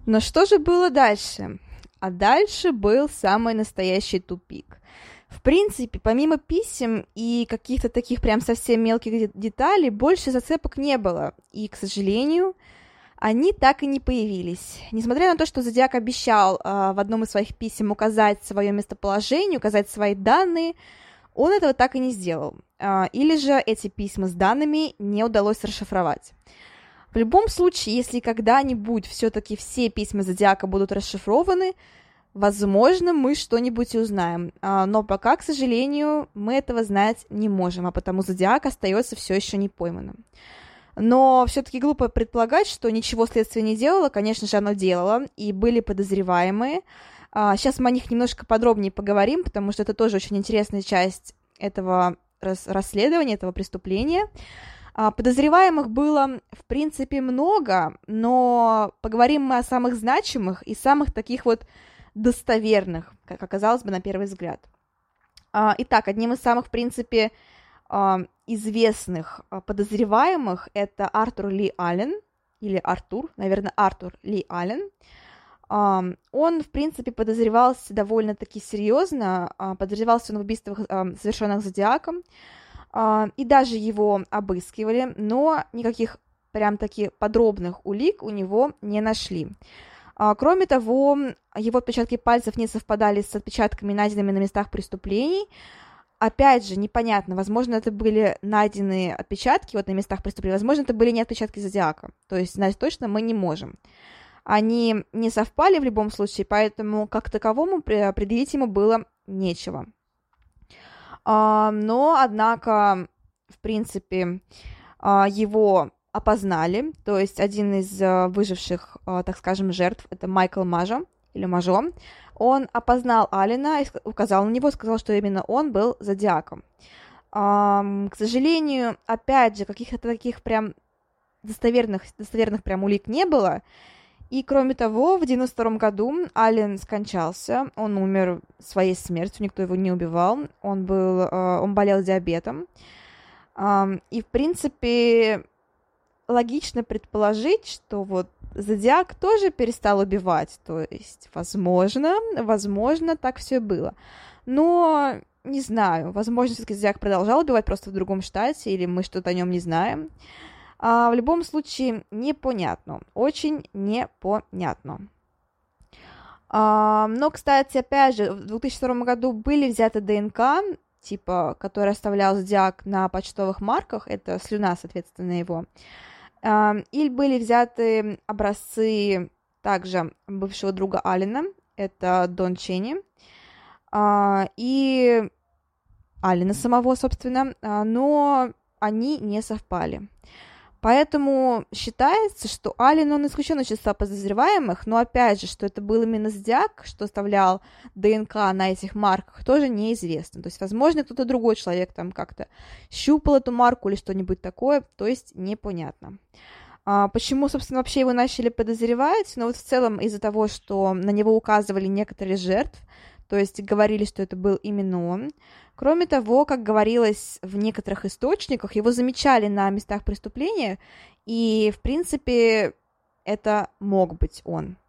Но что же было дальше? А дальше был самый настоящий тупик. В принципе, помимо писем и каких-то таких прям совсем мелких деталей, больше зацепок не было. И, к сожалению, они так и не появились. Несмотря на то, что Зодиак обещал в одном из своих писем указать свое местоположение, указать свои данные, он этого так и не сделал. Или же эти письма с данными не удалось расшифровать. В любом случае, если когда-нибудь все-таки все письма Зодиака будут расшифрованы, возможно, мы что-нибудь и узнаем. Но пока, к сожалению, мы этого знать не можем, а потому Зодиак остается все еще не пойманным. Но все-таки глупо предполагать, что ничего следствие не делало. Конечно же, оно делало, и были подозреваемые. Сейчас мы о них немножко подробнее поговорим, потому что это тоже очень интересная часть этого расследования, этого преступления. Подозреваемых было, в принципе, много, но поговорим мы о самых значимых и самых таких вот достоверных, как оказалось бы на первый взгляд. Итак, одним из самых, в принципе, известных подозреваемых это Артур Ли Аллен, или Артур, наверное, Артур Ли Аллен. Он, в принципе, подозревался довольно-таки серьезно, подозревался он в убийствах, совершенных Зодиаком, и даже его обыскивали, но никаких прям-таки подробных улик у него не нашли. Кроме того, его отпечатки пальцев не совпадали с отпечатками, найденными на местах преступлений. Опять же, непонятно, возможно, это были найденные отпечатки вот на местах преступления, возможно, это были не отпечатки Зодиака, то есть знать точно мы не можем. Они не совпали в любом случае, поэтому как таковому предъявить ему было нечего. Но, однако, в принципе, его опознали, то есть один из выживших, так скажем, жертв, это Майкл Мажо, или Мажо, он опознал Аллена, указал на него, сказал, что именно он был Зодиаком. К сожалению, опять же, каких-то таких прям достоверных прям улик не было. И, кроме того, в 1992 году Аллен скончался, он умер своей смертью, никто его не убивал, он болел диабетом. И, в принципе, логично предположить, что вот Зодиак тоже перестал убивать, то есть, возможно, так все было. Но, не знаю, возможно, все-таки Зодиак продолжал убивать просто в другом штате, или мы что-то о нем не знаем. В любом случае, непонятно, очень непонятно. Но, кстати, опять же, в 2002 году были взяты ДНК, типа, который оставлял Зодиак на почтовых марках, это слюна, соответственно, его. И были взяты образцы также бывшего друга Аллена, это Дон Ченни, и Аллена самого, собственно, но они не совпали. Поэтому считается, что Аллен, он исключен из числа подозреваемых, но опять же, что это был именно Зодиак, что оставлял ДНК на этих марках, тоже неизвестно. То есть, возможно, кто-то другой человек там как-то щупал эту марку или что-нибудь такое, то есть непонятно. Почему, собственно, вообще его начали подозревать? Ну вот в целом из-за того, что на него указывали некоторые жертв, то есть говорили, что это был именно он. Кроме того, как говорилось в некоторых источниках, его замечали на местах преступления, и, в принципе, это мог быть он.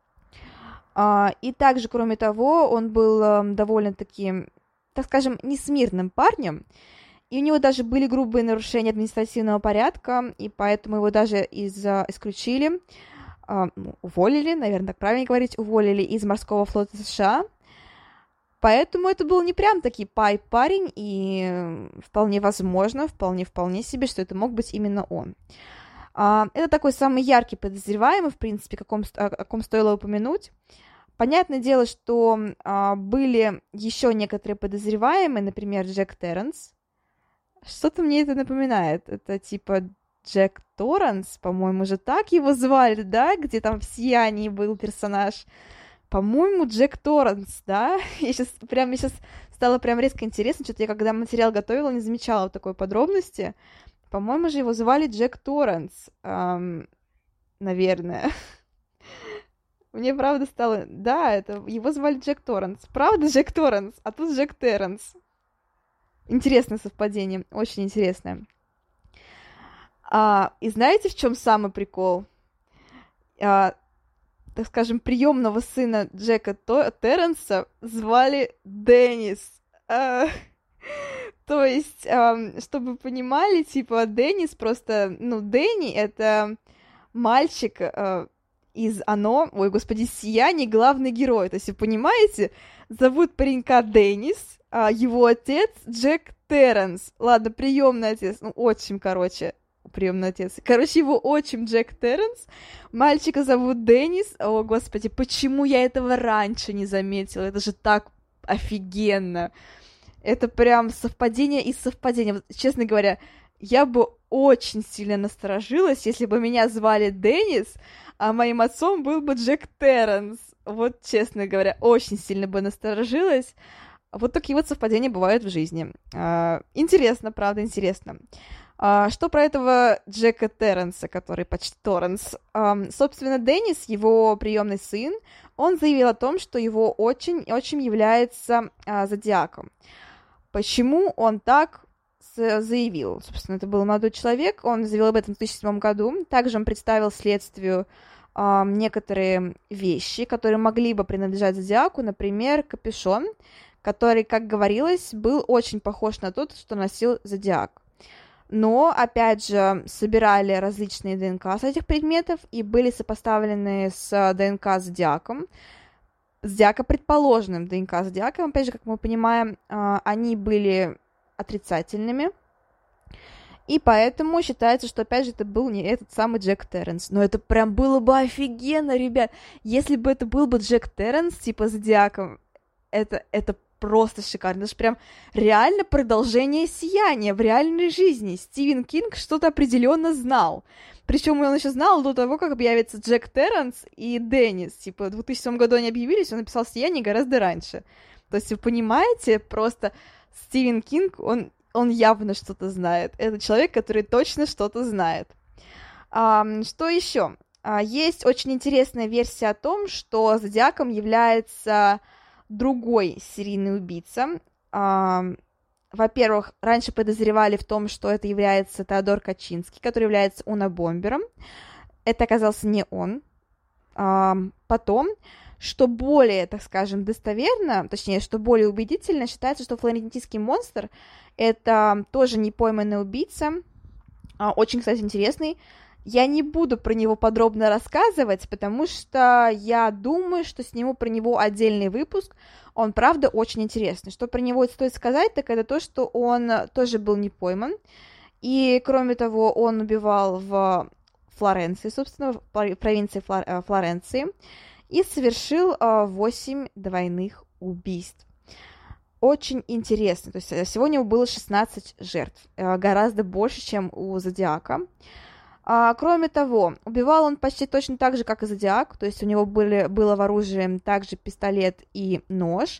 И также, кроме того, он был довольно-таки, так скажем, несмирным парнем, и у него даже были грубые нарушения административного порядка, и поэтому его даже исключили, уволили, наверное, так правильно говорить, уволили из морского флота США. Поэтому это был не прям таки парень, и вполне возможно, вполне себе, что это мог быть именно он. Это такой самый яркий подозреваемый, в принципе, о ком стоило упомянуть. Понятное дело, что были еще некоторые подозреваемые, например, Джек Терренс. Что-то мне это напоминает. Это типа Джек Торренс, по-моему, же так его звали, да? Где там в «Сиянии» был персонаж. По-моему, Джек Торренс, да? Мне сейчас стало прям резко интересно, что-то я когда материал готовила, не замечала такой подробности. По-моему же его звали Джек Торренс, наверное. Мне правда стало... Да, это его звали Джек Торренс. Правда Джек Торренс, а тут Джек Терренс. Интересное совпадение, очень интересное. И знаете, в чем самый прикол? так скажем, приемного сына Джека Терренса звали Деннис. То есть, чтобы вы понимали, типа, Деннис просто... Ну, Дэнни — это мальчик из «Оно», ой, господи, «Сияние», главный герой. То есть, вы понимаете, зовут паренька Деннис, а его отец Джек Терренс. Ладно, приемный отец, ну, отчим, короче, приемный отец. Короче, его отчим Джек Терренс, мальчика зовут Деннис. О, господи, почему я этого раньше не заметила? Это же так офигенно. Это прям совпадение из совпадения. Вот, честно говоря, я бы очень сильно насторожилась, если бы меня звали Деннис, а моим отцом был бы Джек Терренс. Вот, честно говоря, очень сильно бы насторожилась. Вот такие вот совпадения бывают в жизни. Интересно, правда, интересно. Что про этого Джека Терренса, который почти Торренс? Собственно, Деннис, его приемный сын, он заявил о том, что его очень является зодиаком. Почему он так заявил? Собственно, это был молодой человек, он заявил об этом в 2007 году. Также он представил следствию некоторые вещи, которые могли бы принадлежать зодиаку, например, капюшон, который, как говорилось, был очень похож на тот, что носил зодиак. Но, опять же, собирали различные ДНК с этих предметов и были сопоставлены с ДНК зодиаком, предположенным ДНК зодиаком, опять же, как мы понимаем, они были отрицательными, и поэтому считается, что, опять же, это был не этот самый Джек Терренс. Но это прям было бы офигенно, ребят, если бы это был бы Джек Терренс, типа зодиаком, это просто шикарно, это же прям реально продолжение «Сияния» в реальной жизни. Стивен Кинг что-то определенно знал. Причем он еще знал до того, как объявится Джек Терренс и Деннис. Типа, в 2007 году они объявились, он написал «Сияние» гораздо раньше. То есть, вы понимаете, просто Стивен Кинг, он явно что-то знает. Это человек, который точно что-то знает. Что еще? Есть очень интересная версия о том, что зодиаком является другой серийный убийца. Во-первых, раньше подозревали в том, что это является Теодор Качинский, который является унабомбером. Это оказался не он. Потом, что более, так скажем, достоверно, точнее, что более убедительно, считается, что флорентийский монстр — это тоже непойманный убийца, очень, кстати, интересный. Я не буду про него подробно рассказывать, потому что я думаю, что сниму про него отдельный выпуск. Он, правда, очень интересный. Что про него стоит сказать, так это то, что он тоже был не пойман. И, кроме того, он убивал в Флоренции, собственно, в провинции Флоренции, и совершил 8 двойных убийств. Очень интересно. То есть сегодня у него было 16 жертв, гораздо больше, чем у Зодиака. Кроме того, убивал он почти точно так же, как и Зодиак, то есть у него было в оружии также пистолет и нож.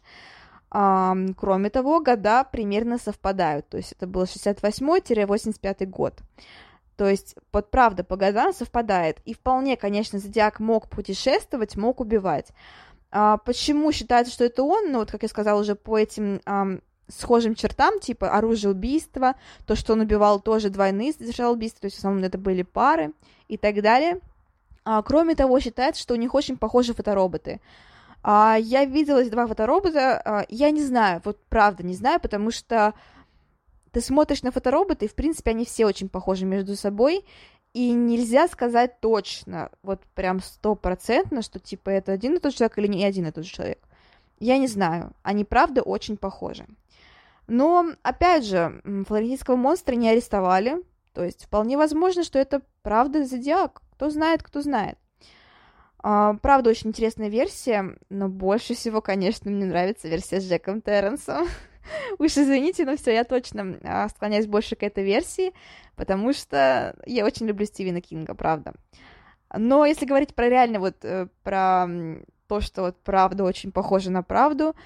Кроме того, года примерно совпадают, то есть это был 68-85 год. То есть, вот правда, по годам совпадает. И вполне, конечно, Зодиак мог путешествовать, мог убивать. Почему считается, что это он? Ну, вот, как я сказала, уже по этим схожим чертам, типа оружие убийства, то, что он убивал, тоже двойные совершал убийства, то есть в основном это были пары и так далее. Кроме того, считается, что у них очень похожи фотороботы. Я видела эти два фоторобота, я не знаю, вот правда не знаю, потому что ты смотришь на фотороботы, и, в принципе, они все очень похожи между собой, и нельзя сказать точно, вот прям 100%, что, типа, это один и тот же человек или не один и тот же человек. Я не знаю, они, правда, очень похожи. Но, опять же, флорентийского монстра не арестовали, то есть вполне возможно, что это правда Зодиак, кто знает, кто знает. Правда, очень интересная версия, но больше всего, конечно, мне нравится версия с Джеком Терренсом. Уж извините, но все, я точно склоняюсь больше к этой версии, потому что я очень люблю Стивена Кинга, правда. Но если говорить про реально вот про то, что вот правда очень похожа на правду,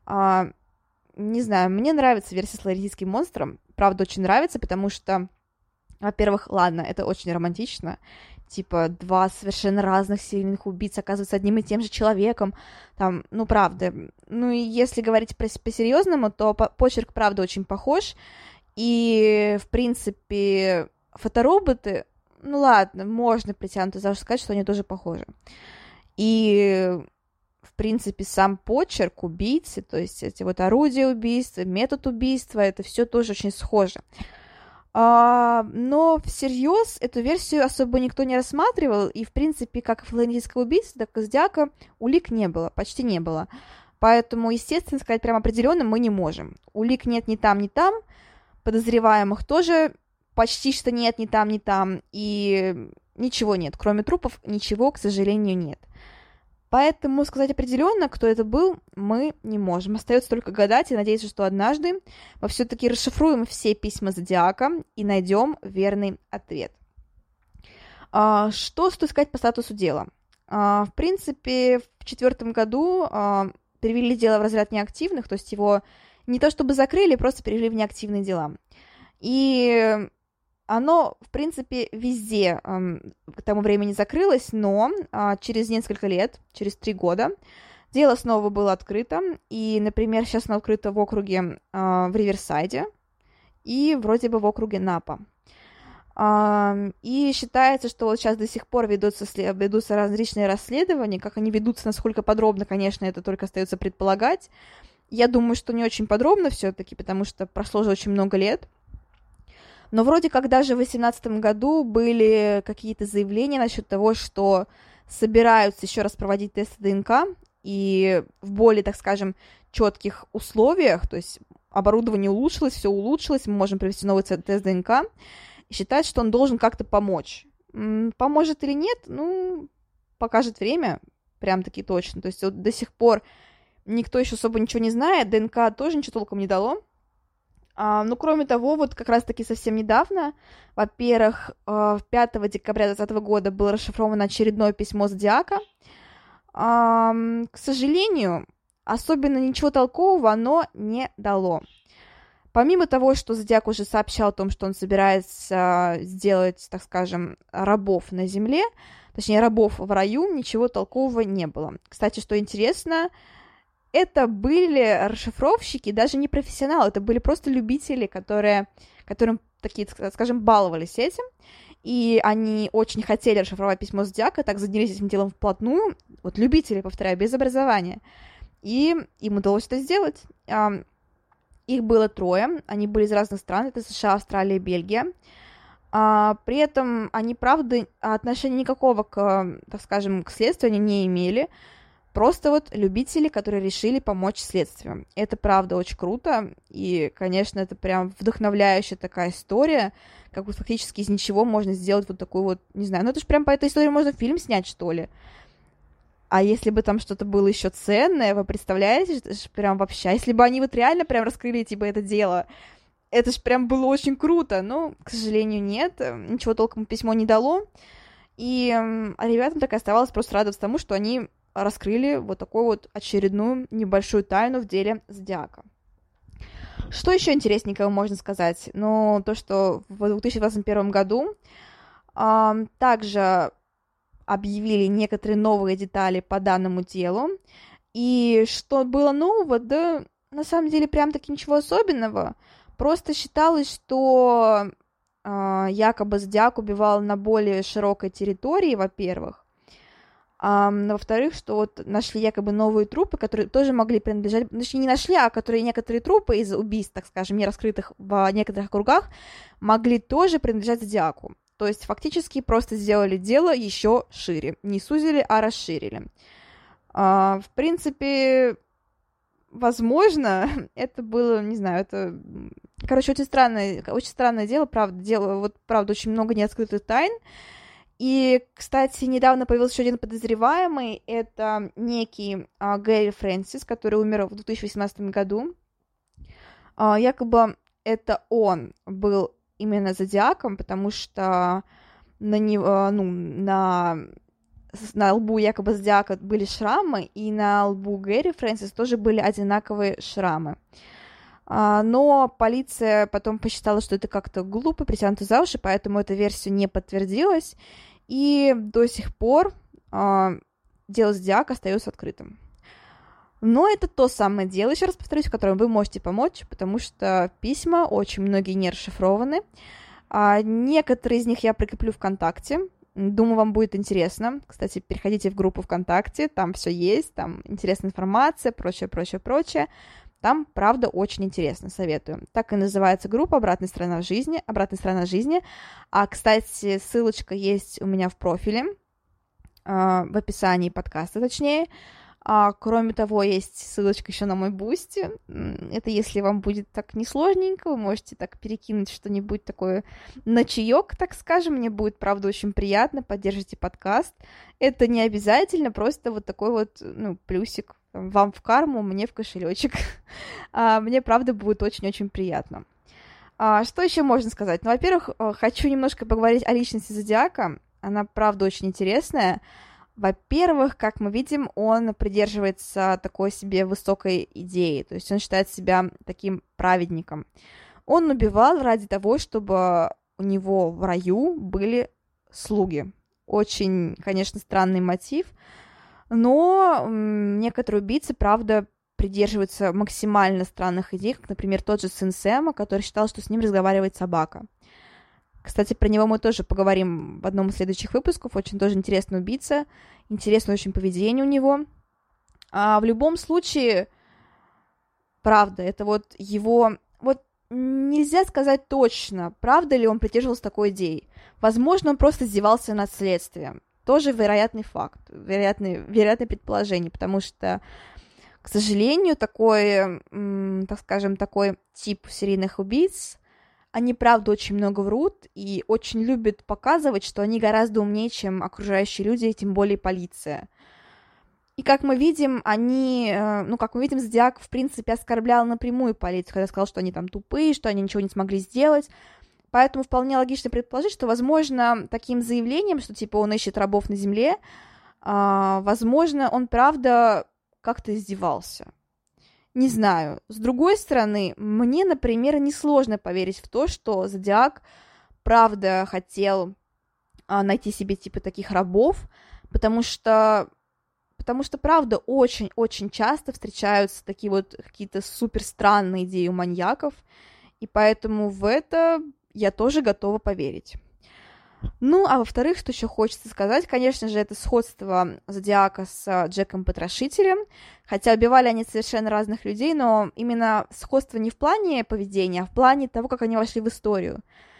не знаю, мне нравится версия с флорентийским монстром, правда очень нравится, потому что, во-первых, ладно, это очень романтично, типа, два совершенно разных серийных убийц оказываются одним и тем же человеком, там, ну, правда. Ну, и если говорить по-серьезному, то почерк, правда, очень похож, и, в принципе, фотороботы, ну, ладно, можно притянуто за уши сказать, что они тоже похожи. И, в принципе, сам почерк убийцы, то есть эти вот орудия убийства, метод убийства, это все тоже очень схоже. Но всерьез эту версию особо никто не рассматривал, и, в принципе, как и флорентийского убийцы, так и Зодиака улик не было, почти не было. Поэтому, естественно, сказать прям определенно мы не можем. Улик нет ни там, подозреваемых тоже почти что нет ни там, и ничего нет. Кроме трупов ничего, к сожалению, нет. Поэтому сказать определенно, кто это был, мы не можем. Остается только гадать и надеяться, что однажды мы все-таки расшифруем все письма Зодиака и найдем верный ответ. Что стоит сказать по статусу дела? В принципе, в 2004 году перевели дело в разряд неактивных, то есть его не то чтобы закрыли, просто перевели в неактивные дела. И оно, в принципе, везде к тому времени закрылось, но через несколько лет, через 3 года, дело снова было открыто, и, например, сейчас оно открыто в округе в Риверсайде и вроде бы в округе Напа. И считается, что вот сейчас до сих пор ведутся различные расследования, как они ведутся, насколько подробно, конечно, это только остается предполагать. Я думаю, что не очень подробно все-таки, потому что прошло уже очень много лет. Но вроде как даже в 2018 году были какие-то заявления насчет того, что собираются еще раз проводить тесты ДНК, и в более, так скажем, четких условиях, то есть оборудование улучшилось, все улучшилось, мы можем провести новый тест ДНК, и считать, что он должен как-то помочь. Поможет или нет, покажет время, прям-таки точно. То есть вот до сих пор никто еще особо ничего не знает, ДНК тоже ничего толком не дало. Кроме того, вот как раз-таки совсем недавно, во-первых, 5 декабря 2020 года было расшифровано очередное письмо Зодиака. К сожалению, особенно ничего толкового оно не дало. Помимо того, что Зодиак уже сообщал о том, что он собирается сделать, так скажем, рабов на земле, точнее, рабов в раю, ничего толкового не было. Кстати, что интересно, это были расшифровщики, даже не профессионалы, это были просто любители, которым такие, скажем, баловались этим, и они очень хотели расшифровать письмо Зодиака, так занялись этим делом вплотную, вот любители, повторяю, без образования, и им удалось это сделать. Их было 3, они были из разных стран, это США, Австралия, Бельгия. При этом они, правда, отношения никакого так скажем, к следствию они не имели. Просто вот любители, которые решили помочь следствию. Это, правда, очень круто, и, конечно, это прям вдохновляющая такая история, как вот фактически из ничего можно сделать вот такую вот, не знаю, это же прям по этой истории можно фильм снять, что ли. А если бы там что-то было еще ценное, вы представляете, это же прям вообще, если бы они вот реально прям раскрыли, типа, это дело, это же прям было очень круто, но, к сожалению, нет, ничего толком письмо не дало, и ребятам так и оставалось просто радоваться тому, что они раскрыли вот такую вот очередную небольшую тайну в деле Зодиака. Что еще интересненького можно сказать? То, что в 2021 году также объявили некоторые новые детали по данному делу, и что было нового, да, на самом деле, прям-таки ничего особенного, просто считалось, что якобы Зодиак убивал на более широкой территории, во-первых, во-вторых, что вот нашли якобы новые трупы, которые тоже могли принадлежать, точнее, не нашли, а которые некоторые трупы из убийств, так скажем, не раскрытых в некоторых округах, могли тоже принадлежать Зодиаку. То есть фактически просто сделали дело еще шире. Не сузили, а расширили. В принципе, возможно, это было, не знаю, это... Короче, очень странное дело, правда, очень много неоткрытых тайн. И, кстати, недавно появился еще один подозреваемый, это некий Гэри Фрэнсис, который умер в 2018 году. Якобы это он был именно Зодиаком, потому что на лбу якобы Зодиака были шрамы, и на лбу Гэри Фрэнсис тоже были одинаковые шрамы. Но полиция потом посчитала, что это как-то глупо, притянуто за уши, поэтому эта версия не подтвердилась, и до сих пор дело Зодиака остается открытым. Но это то самое дело, еще раз повторюсь, в котором вы можете помочь, потому что письма очень многие не расшифрованы. Некоторые из них я прикреплю ВКонтакте, Думаю, вам будет интересно. Кстати, переходите в группу ВКонтакте, там все есть, там интересная информация, прочее, прочее, прочее. Там, правда, очень интересно, советую. Так и называется группа «Обратная сторона жизни». «Обратная сторона жизни». А, кстати, ссылочка есть у меня в профиле, в описании подкаста, точнее. Кроме того, есть ссылочка еще на мой Бусти. Это если вам будет так несложненько, вы можете так перекинуть что-нибудь такое на чаек, так скажем. Мне будет, правда, очень приятно. Поддержите подкаст. Это не обязательно, просто вот такой вот, плюсик вам в карму, мне в кошелечек. Мне, правда, будет очень-очень приятно. Что еще можно сказать? Ну, во-первых, хочу немножко поговорить о личности Зодиака. Она, правда, очень интересная. Во-первых, как мы видим, он придерживается такой себе высокой идеи, то есть он считает себя таким праведником. Он убивал ради того, чтобы у него в раю были слуги. Очень, конечно, странный мотив, но некоторые убийцы, правда, придерживаются максимально странных идей, как, например, тот же сын Сэма, который считал, что с ним разговаривает собака. Кстати, про него мы тоже поговорим в одном из следующих выпусков. Очень тоже интересный убийца, интересное очень поведение у него. В любом случае, правда, это вот его... Вот нельзя сказать точно, правда ли он придерживался такой идеей. Возможно, он просто издевался над следствием. Тоже вероятный факт, вероятное предположение, потому что, к сожалению, такой, так скажем, такой тип серийных убийц, они, правда, очень много врут и очень любят показывать, что они гораздо умнее, чем окружающие люди, тем более полиция. И как мы видим, Зодиак, в принципе, оскорблял напрямую полицию, когда сказал, что они там тупые, что они ничего не смогли сделать. Поэтому вполне логично предположить, что, возможно, таким заявлением, что, типа, он ищет рабов на земле, возможно, он, правда, как-то издевался. Не знаю. С другой стороны, мне, например, несложно поверить в то, что Зодиак правда хотел найти себе типа таких рабов, потому что, правда, очень-очень часто встречаются такие вот какие-то супер странные идеи у маньяков, и поэтому в это я тоже готова поверить. Ну, а во-вторых, что еще хочется сказать, конечно же, это сходство Зодиака с Джеком Потрошителем, хотя убивали они совершенно разных людей, но именно сходство не в плане поведения, а в плане того, как они вошли в историю.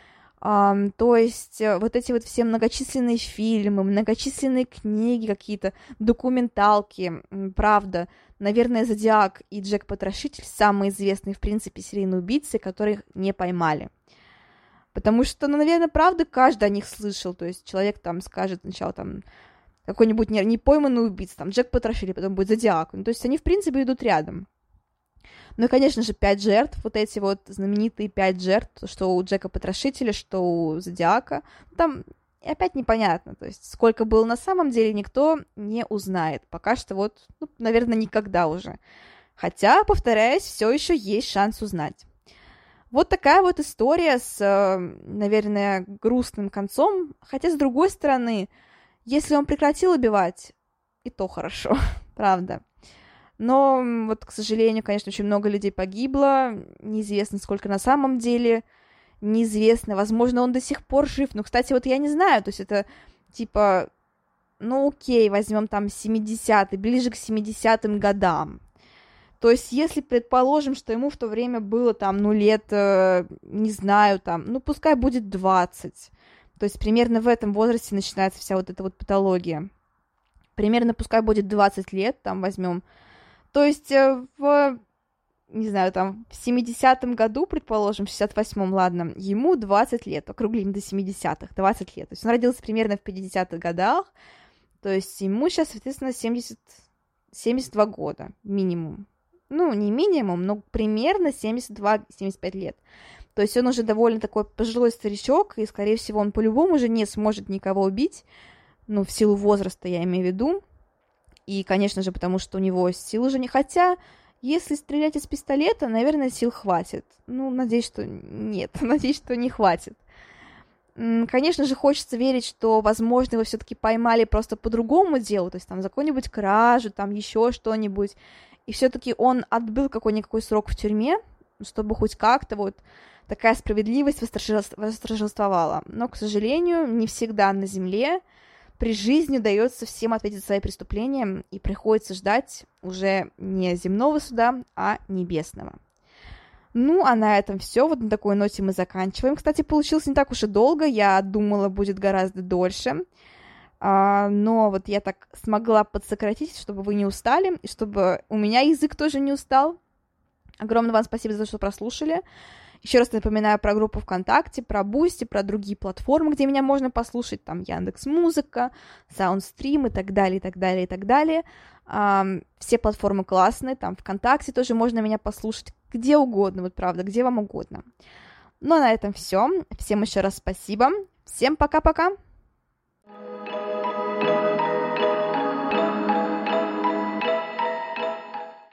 То есть вот эти вот все многочисленные фильмы, многочисленные книги какие-то, документалки, правда, наверное, Зодиак и Джек Потрошитель самые известные, в принципе, серийные убийцы, которых не поймали. Потому что, наверное, правда, каждый о них слышал. То есть человек там скажет сначала там какой-нибудь непойманный убийца, там Джек Потрошитель, потом будет Зодиак. То есть они, в принципе, идут рядом. Ну и, конечно же, 5 жертв, вот эти вот знаменитые 5 жертв, что у Джека Потрошителя, что у Зодиака. Там опять непонятно, то есть сколько было на самом деле, никто не узнает. Пока что вот, наверное, никогда уже. Хотя, повторяюсь, все еще есть шанс узнать. Вот такая вот история с, наверное, грустным концом. Хотя, с другой стороны, если он прекратил убивать, и то хорошо, правда. Но вот, к сожалению, конечно, очень много людей погибло. Неизвестно, сколько на самом деле. Неизвестно. Возможно, он до сих пор жив. Но, кстати, вот я не знаю. То есть это типа, окей, возьмем там 70-е, ближе к 70-м годам. То есть, если предположим, что ему в то время было там, лет, не знаю, там, пускай будет 20. То есть, примерно в этом возрасте начинается вся вот эта вот патология. Примерно пускай будет 20 лет, там возьмем. То есть, не знаю, там, в 70-м году, предположим, в 68-м, ладно, ему 20 лет, округлим до 70-х, 20 лет. То есть, он родился примерно в 50-х годах, то есть, ему сейчас, соответственно, 72 года минимум. Не минимум, но примерно 72-75 лет. То есть он уже довольно такой пожилой старичок, и, скорее всего, он по-любому уже не сможет никого убить, в силу возраста я имею в виду. И, конечно же, потому что у него сил уже не... Хотя, если стрелять из пистолета, наверное, сил хватит. Надеюсь, что нет, надеюсь, что не хватит. Конечно же, хочется верить, что, возможно, его все-таки поймали просто по другому делу, то есть там за какую-нибудь кражу, там еще что-нибудь, и все-таки он отбыл какой-никакой срок в тюрьме чтобы хоть как-то вот такая справедливость восторжествовала. Но, к сожалению, не всегда на земле при жизни удается всем ответить за свои преступления, и приходится ждать уже не земного суда, а небесного. Ну, а на этом все. Вот на такой ноте мы заканчиваем. Кстати, получилось не так уж и долго. Я думала, будет гораздо дольше. Но вот я так смогла подсократить, чтобы вы не устали, и чтобы у меня язык тоже не устал. Огромное вам спасибо за то, что прослушали. Еще раз напоминаю про группу ВКонтакте, про Boosty, про другие платформы, где меня можно послушать, там Яндекс.Музыка, Саундстрим и так далее, и так далее, и так далее. Все платформы классные, там ВКонтакте тоже можно меня послушать, где угодно, вот правда, где вам угодно. Ну, а на этом все. Всем еще раз спасибо. Всем пока-пока.